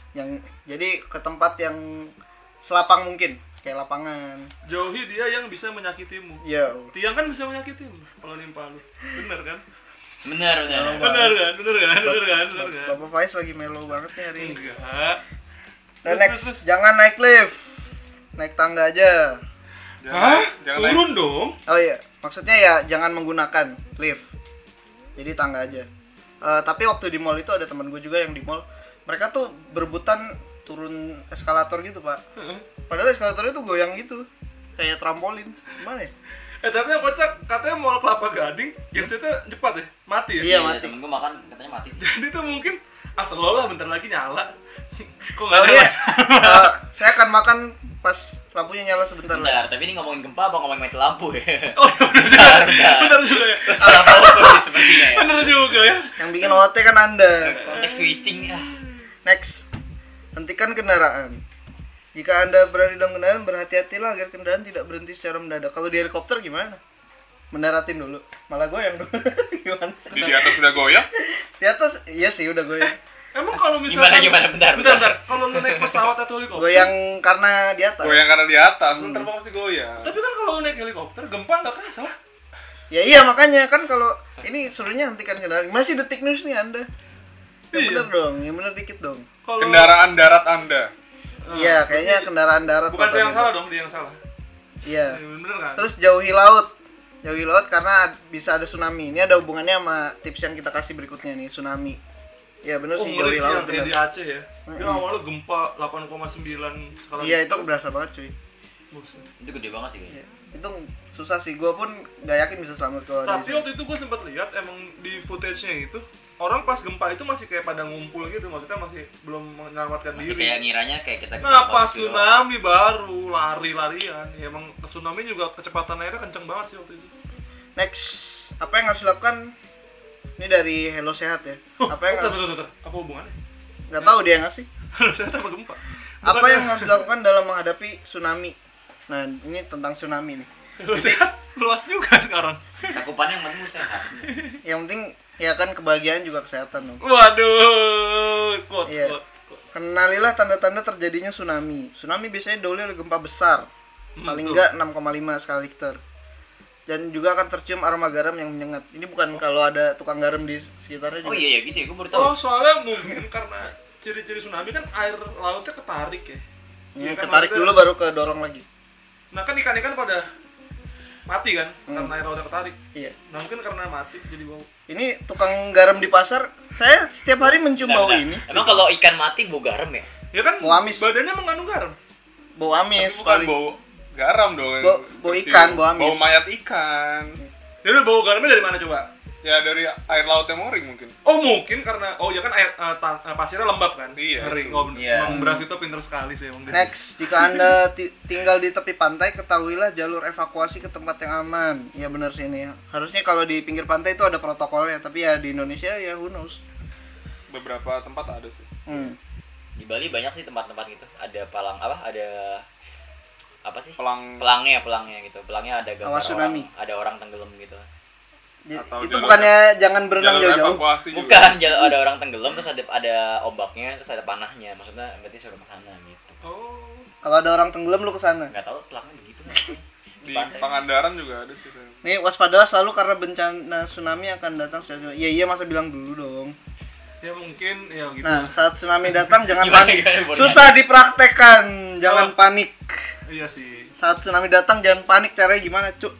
Jadi ke tempat yang selapang mungkin, kayak lapangan. Jauhi dia yang bisa menyakitimu. Iya. Tiang kan bisa menyakitimu kalau nimpa lu. Bener kan? Benar. Bener kan? Bapak Faiz lagi melo banget nih hari ini. Enggak. Nah, next, jangan naik lift. Naik tangga aja. Hah? Jangan Turun dong. Oh iya, maksudnya ya jangan menggunakan lift. Jadi tangga aja. Tapi waktu di mall itu ada teman gue juga yang di mall. Mereka tuh berebutan turun eskalator gitu, Pak. Padahal eskalatornya tuh goyang gitu. Kayak trampolin. Gimana ya? Tapi yang kocak, katanya Mall Kelapa Gading, gensetnya cepat ya? Mati ya? Iya, mati. Temen gue makan katanya mati sih. Jadi tuh mungkin asal lo lah bentar lagi nyala. Kok Oh nggak iya, nyala? saya akan makan pas lampunya nyala sebentar Bentar, lagi. tapi ini ngomongin gempa apa ngomongin mati lampu ya? Oh iya bener juga ya. Salah fokus sepertinya ya. Bener juga ya. Yang bikin OT kan Anda. Konteks switching ya. Next, hentikan kendaraan. Jika Anda berada di dalam kendaraan, berhati-hatilah agar kendaraan tidak berhenti secara mendadak. Kalau di helikopter gimana? Mendaratin dulu, malah goyang dulu. Gimana? Di atas sudah goyang? Di atas, iya sih udah goyang. Emang kalau misalnya Gimana? Bentar. Kalau lu naik pesawat atau helikopter Goyang karena di atas. Goyang karena di atas, ntar pasti goyang. Tapi kan kalau lu naik helikopter, gempa nggak kerasa lah. Ya iya makanya kan kalau ini suruhnya hentikan kendaraan. Masih detik news nih Anda. Yang bener dong, yang bener dikit dong. Kalau Kendaraan darat Anda. Iya, kayaknya kendaraan darat. bukan saya yang pokoknya. salah dong, dia yang salah. Iya. Bener kan? Terus jauhi laut. Jauhi laut karena bisa ada tsunami. Ini ada hubungannya sama tips yang kita kasih berikutnya nih, tsunami. Ya bener sih, jauhi laut. Kayak di bener. Aceh ya. Dia awalnya gempa 8,9 skala. Iya, itu berasa banget cuy. Buset. Itu gede banget sih kayaknya. Iya. Itu susah sih, gue pun gak yakin bisa selamat kalau Tapi di waktu itu gue sempat lihat emang di footage-nya itu orang pas gempa itu masih kayak pada ngumpul gitu, maksudnya masih belum menyelamatkan Masih diri. kayak ngiranya kayak kita Nah pas gitu. tsunami baru lari-larian. Ya, emang tsunami juga kecepatan airnya kenceng banget sih waktu itu. Next, apa yang harus dilakukan? Ini dari Hello Sehat ya. Apa yang harus... Bentar. Apa hubungannya? Nggak tahu dia ngasih. Saya apa gempa? Apa yang harus dilakukan dalam menghadapi tsunami? Nah, ini tentang tsunami nih. Lu sehat? Luas juga sekarang. Cakupannya yang penting lu sehat. Yang penting ya kan kebahagiaan juga kesehatan dong. Waduh, quote. Iya. Kenalilah tanda-tanda terjadinya tsunami. Tsunami biasanya dahulu oleh gempa besar. Paling enggak 6,5 skala Richter. Dan juga akan tercium aroma garam yang menyengat. Ini bukan kalau ada tukang garam di sekitarnya juga. Oh iya gitu ya, gue baru tahu. Oh, soalnya mungkin karena ciri-ciri tsunami kan air lautnya ketarik ya. Ya, Iya kan, ketarik maksudnya- dulu baru ke dorong lagi. Nah kan ikan-ikan pada mati kan karena air lautnya ketarik. Iya. Nah mungkin karena mati jadi bau. Ini tukang garam di pasar, saya setiap hari mencium bau ini. Emang kalau ikan mati bau garam ya? Ya kan Bau amis. badannya mengandung garam. Bau amis Bukan paling. bau garam dong. Bau ikan, bau amis. Bau mayat ikan. Ya udah bau garamnya dari mana coba? Ya dari air laut yang mengering mungkin. Oh mungkin karena ya kan air pasirnya lembab kan. Iya, Ngering. itu. Oh, Iya. Emang Brav itu pinter sekali sih emang dia. Next, jika Anda tinggal di tepi pantai, ketahuilah jalur evakuasi ke tempat yang aman. Ya benar sih ini. Harusnya kalau di pinggir pantai itu ada protokolnya, tapi ya di Indonesia ya who knows. Beberapa tempat ada sih. Di Bali banyak sih tempat-tempat gitu. Ada ada apa sih? Pelang Pelangnya gitu. Pelangnya ada gambar Awas tsunami. ada orang tenggelam gitu. Atau Itu jalur- bukannya jangan berenang jalur jauh-jauh. evakuasi juga. Bukan, ada orang tenggelam terus ada ombaknya terus ada panahnya. Maksudnya berarti suruh ke sana gitu. Oh. Kalau ada orang tenggelam lu ke sana. Enggak tahu pelangnya begitu kan. Di Pangandaran juga ada sih saya. Nih, waspadalah selalu karena bencana tsunami akan datang secara iya masa bilang dulu dong. Ya mungkin ya gitu. Nah, saat tsunami datang jangan Gimana, panik. gimana, Susah dipraktekkan, jangan panik. Iya sih. Saat tsunami datang jangan panik, caranya gimana, Cuk?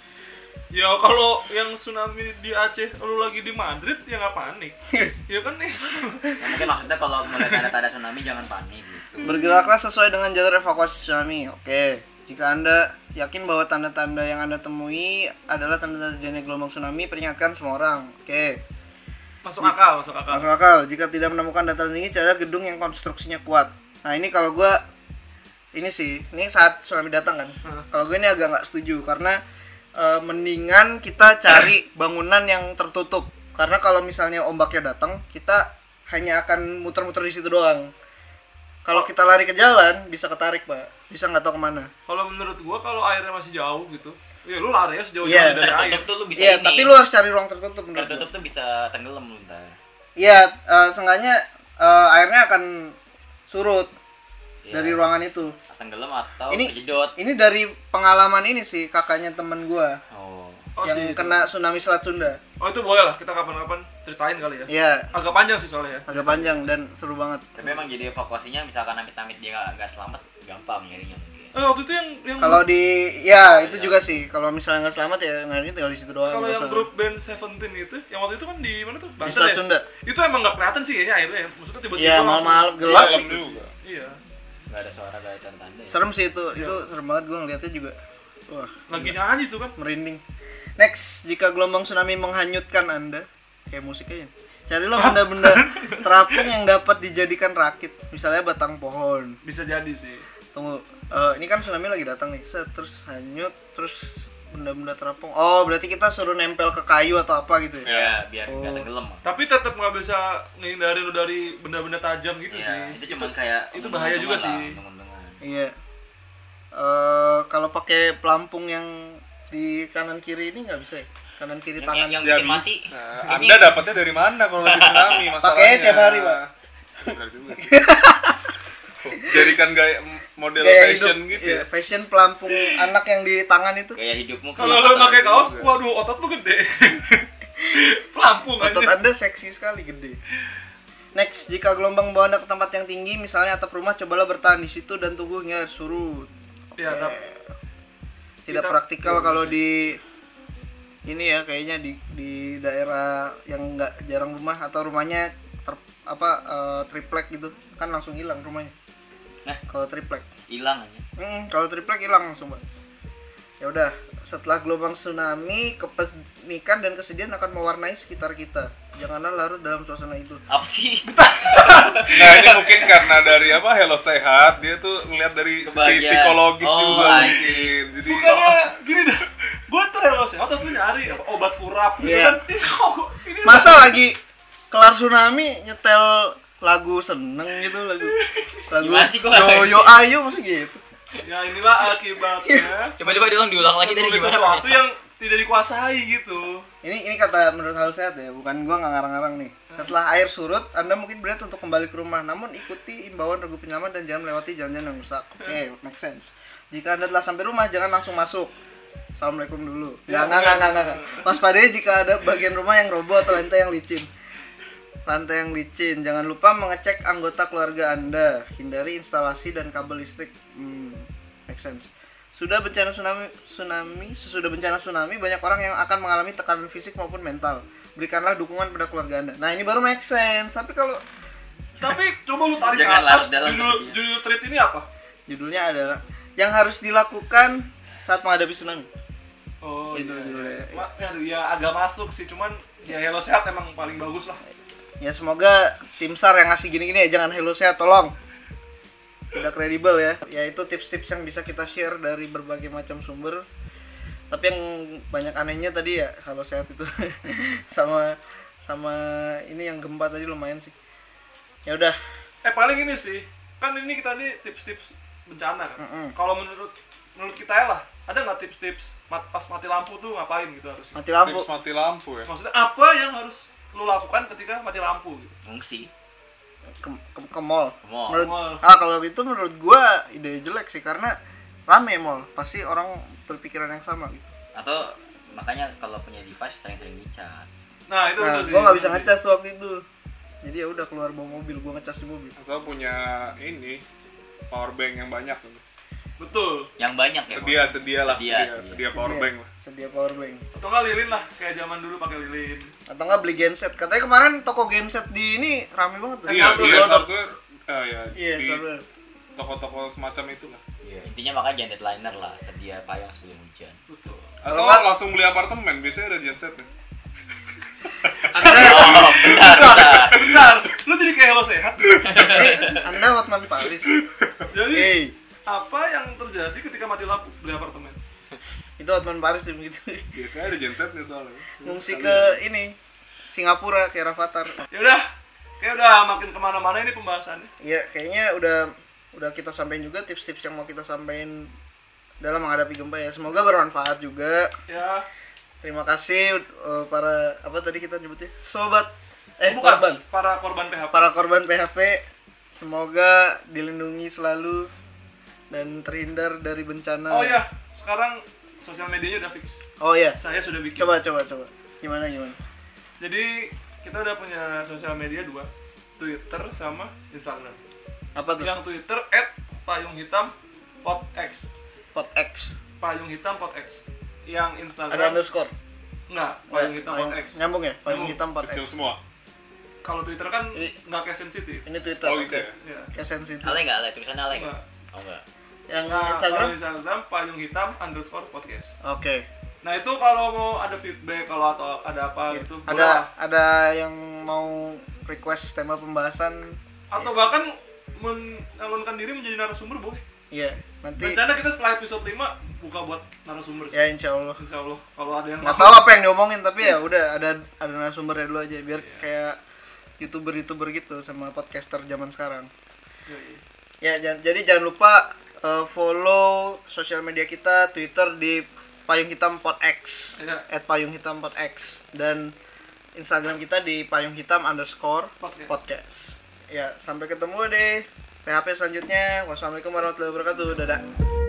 Ya kalau yang tsunami di Aceh lu lagi di Madrid ya nggak panik. Ya kan nih. Ya, mungkin maksudnya kalau melihat tanda-tanda tsunami jangan panik gitu. Bergeraklah sesuai dengan jalur evakuasi tsunami. Oke. Jika Anda yakin bahwa tanda-tanda yang Anda temui adalah tanda-tanda terjadinya gelombang tsunami, peringatkan semua orang. Oke. Masuk akal. Masuk akal. Jika tidak menemukan dataran tinggi, carilah gedung yang konstruksinya kuat. Nah, ini kalau gue ini saat tsunami datang kan. Kalau gue ini agak nggak setuju karena mendingan kita cari bangunan yang tertutup. Karena kalau misalnya ombaknya datang, kita hanya akan muter-muter di situ doang. Kalau kita lari ke jalan, bisa ketarik, Pak. Bisa nggak tahu kemana. Kalau menurut gua kalau airnya masih jauh gitu, ya lu lari ya Iya. sejauh-jauhnya dari air. Tertutup tuh lu bisa Iya, ini. tapi lu harus cari ruang tertutup menurut tertutup gua. tuh bisa tenggelam lu ntar. Iya, seenggaknya airnya akan surut Iya. dari ruangan itu. Tenggelam atau Ini- kejedot. Ini dari pengalaman ini sih, kakaknya temen gua Oh, yang sih. kena tsunami Selat Sunda. Oh itu boleh lah, kita kapan-kapan ceritain kali ya. Iya, Agak panjang sih soalnya ya. agak panjang dan seru banget. Tapi emang jadi evakuasinya misalkan amit-amit dia nggak selamat, gampang nyarinya mungkin. Waktu itu yang Kalau di ya itu juga sih, kalau misalnya nggak selamat ya nanti tinggal di situ doang. kalau nggak yang usah. grup band Seventeen itu, yang waktu itu kan di mana tuh? Di Banten Selat ya? Sunda. Itu emang nggak kelihatan sih kayaknya airnya ya. Maksudnya tiba-tiba Iya, langsung malam-malam gelap dalam sih. juga. Iya. Nggak ada suara, nggak ada tanda-tanda. Serem sih itu serem banget gua ngeliatnya juga. Wah, Lagi nyanyi tuh kan. merinding. Next, jika gelombang tsunami menghanyutkan Anda, kayak musiknya ya. Carilah benda-benda terapung yang dapat dijadikan rakit, misalnya batang pohon. Bisa jadi sih. Tunggu, ini kan tsunami lagi datang nih. Terus hanyut, terus benda-benda terapung. Oh, berarti kita suruh nempel ke kayu atau apa gitu ya? Ya, biar nggak Oh. tenggelam. Tapi tetap nggak bisa ngehindarin lu dari benda-benda tajam gitu Iya, sih. itu cuman kayak itu bahaya juga untung-untungan sih. lah, untung-untungan. Iya. Kalau pakai pelampung yang di kanan kiri ini nggak bisa ya? Kanan kiri tangan. Yang Ya bikin mati. bisa. Anda dapatnya dari mana kalau lagi tsunami masalahnya? Pakainya tiap hari, Pak. Benar juga sih. Jadikan gaya model Gaya fashion hidup, gitu iya, ya. fashion pelampung anak yang di tangan itu. Kayak hidupmu Kalau kelihatan lu pakai kaos, juga. waduh otot lu gede. Pelampung Otot aja. Anda seksi sekali, gede. Next, jika gelombang membawa Anda ke tempat yang tinggi, misalnya atap rumah, cobalah bertahan di situ dan tunggu hingga surut. Ya, tapi Tidak Kita- praktikal kalau di ini ya, kayaknya di daerah yang nggak jarang rumah atau rumahnya triplek gitu, kan langsung hilang rumahnya. Nah. Kalau triplek, hilang aja. kalau triplek hilang langsung, Pak. Ya udah, setelah gelombang tsunami, kepanikan dan kesedihan akan mewarnai sekitar kita. Janganlah larut dalam suasana itu. Apa sih? Nah ini mungkin karena dari Hello Sehat, dia tuh ngeliat dari sisi Kebahagiaan. psikologis Oh, juga I see. mungkin. Jadi bukannya gini dah. Gua tuh Hello Sehat tuh nyari obat kurap gitu Iya. kan. Ini Masa lagi kelar tsunami nyetel lagu seneng gitu, lagu Gimana sih, gua nggak yo yo ayo masa gitu. ya inilah akibatnya. Coba diulang lagi dari Menulis gimana? sesuatu yang tidak dikuasai gitu. Ini kata menurut Hal Sehat ya, bukan gua nggak ngarang-ngarang nih. Setelah air surut, Anda mungkin berat untuk kembali ke rumah, namun ikuti imbauan regu penyelamat dan jangan melewati jalan-jalan yang rusak. Oke, make sense. Jika Anda telah sampai rumah, jangan langsung masuk. Assalamualaikum dulu. Enggak. Waspadai jika ada bagian rumah yang roboh atau lantai yang licin. Lantai yang licin. Jangan lupa mengecek anggota keluarga Anda. Hindari instalasi dan kabel listrik. Make sense. Sesudah bencana tsunami banyak orang yang akan mengalami tekanan fisik maupun mental. Berikanlah dukungan pada keluarga Anda. Nah, ini baru make sense. Tapi coba lu tarik ke Jangan atas, larut dalam kesedihan. judul tweet ini apa? judulnya adalah yang harus dilakukan saat menghadapi tsunami. Oh, Itu iya. judulnya. Aduh, ya agak masuk sih, cuman ya Hello Sehat emang paling bagus lah. Ya semoga tim SAR yang ngasih gini-gini ya, jangan Hello Sehat, tolong. Tidak kredibel ya. Ya itu tips-tips yang bisa kita share dari berbagai macam sumber. Tapi yang banyak anehnya tadi ya Hello Sehat itu. sama ini yang gempa tadi lumayan sih. Ya udah. Paling ini sih, kan ini kita nih tips-tips bencana kan. Kalau menurut kita ya lah, ada nggak tips-tips pas mati lampu tuh ngapain gitu harusnya? Mati lampu. Tips mati lampu ya. Maksudnya apa yang harus lu lakukan ketika mati lampu gitu? Fungsi. Ke mall. Mall. Kalau itu menurut gua ide jelek sih, karena rame mall, pasti orang berpikiran yang sama gitu. Atau makanya kalau punya device sering-sering dicas. Nah, itu betul sih. Gua nggak bisa ngecas tuh waktu itu. Jadi ya udah keluar bawa mobil, gua ngecas di mobil. Atau punya ini power bank yang banyak. Betul. Yang banyak ya. Sedia power bank lah. Sedia power bank. Atau nggak lilin lah, kayak zaman dulu pakai lilin. Atau nggak beli genset. Katanya kemarin toko genset di ini rame banget tuh. Iya, Hardware, iya, hardware. hardware. Iya, Di hardware. toko-toko semacam itu lah. Iya, intinya makanya jangan deadliner lah, sedia payung sebelum hujan. Betul. Atau nggak- langsung beli apartemen, biasanya ada genset nih. Oh, benar. Lu jadi kayak Hello Sehat. Anda Hotman Paris. Jadi Hey, apa yang terjadi ketika mati lampu beli apartemen? itu Hotman Paris sih begitu. Biasanya ada gensetnya soalnya. Ngungsi ke ini Singapura kayak Rafathar. Ya udah, kayak udah makin kemana-mana ini pembahasannya. Iya, kayaknya udah kita sampaikan juga tips-tips yang mau kita sampaikan dalam menghadapi gempa ya. Semoga bermanfaat juga. Ya, Terima kasih para apa tadi kita nyebutnya? Sobat bukan korban. para korban PHP. Para korban PHP, semoga dilindungi selalu dan terhindar dari bencana. Oh ya, sekarang sosial medianya udah fix. Oh ya. Saya sudah bikin. Coba. Gimana? Jadi kita udah punya sosial media 2, Twitter sama Instagram. Apa tuh? Yang Twitter @payunghitam_podx. PodX. _podx. Yang Ada Instagram underscore. enggak, payunghitam_podx. Nyambung ya? Payung Nyambung. hitam Kecil 4X. semua. Kalau Twitter kan Ini- nggak kayak sensitif. Ini Twitter. Oh gitu oke. ya. Ya. Kayak sensitif. Ale nggak, ale tulisannya ale nggak? Enggak. Oh enggak. Yang Nah, Instagram? kalau Instagram payunghitam_podcast. Oke. Nah, itu kalau mau ada feedback kalau atau ada apa gitu. boleh lah. Ada yang mau request tema pembahasan? Atau bahkan mencalonkan diri menjadi narasumber boleh. Iya, nanti Rencana kita setelah episode 5 buka buat narasumber sih. ya insya Allah. Insya Allah kalau ada yang Nggak tahu apa yang diomongin, tapi ya udah ada narasumbernya dulu aja biar kayak youtuber gitu sama podcaster zaman sekarang. Iya. Ya jadi jangan lupa follow sosial media kita, Twitter di Payung Hitam PodX, Iya. @payunghitam_podx, dan Instagram kita di payunghitam_podcast. Ya, sampai ketemu deh PHP selanjutnya. Wassalamualaikum warahmatullahi wabarakatuh. Dadah.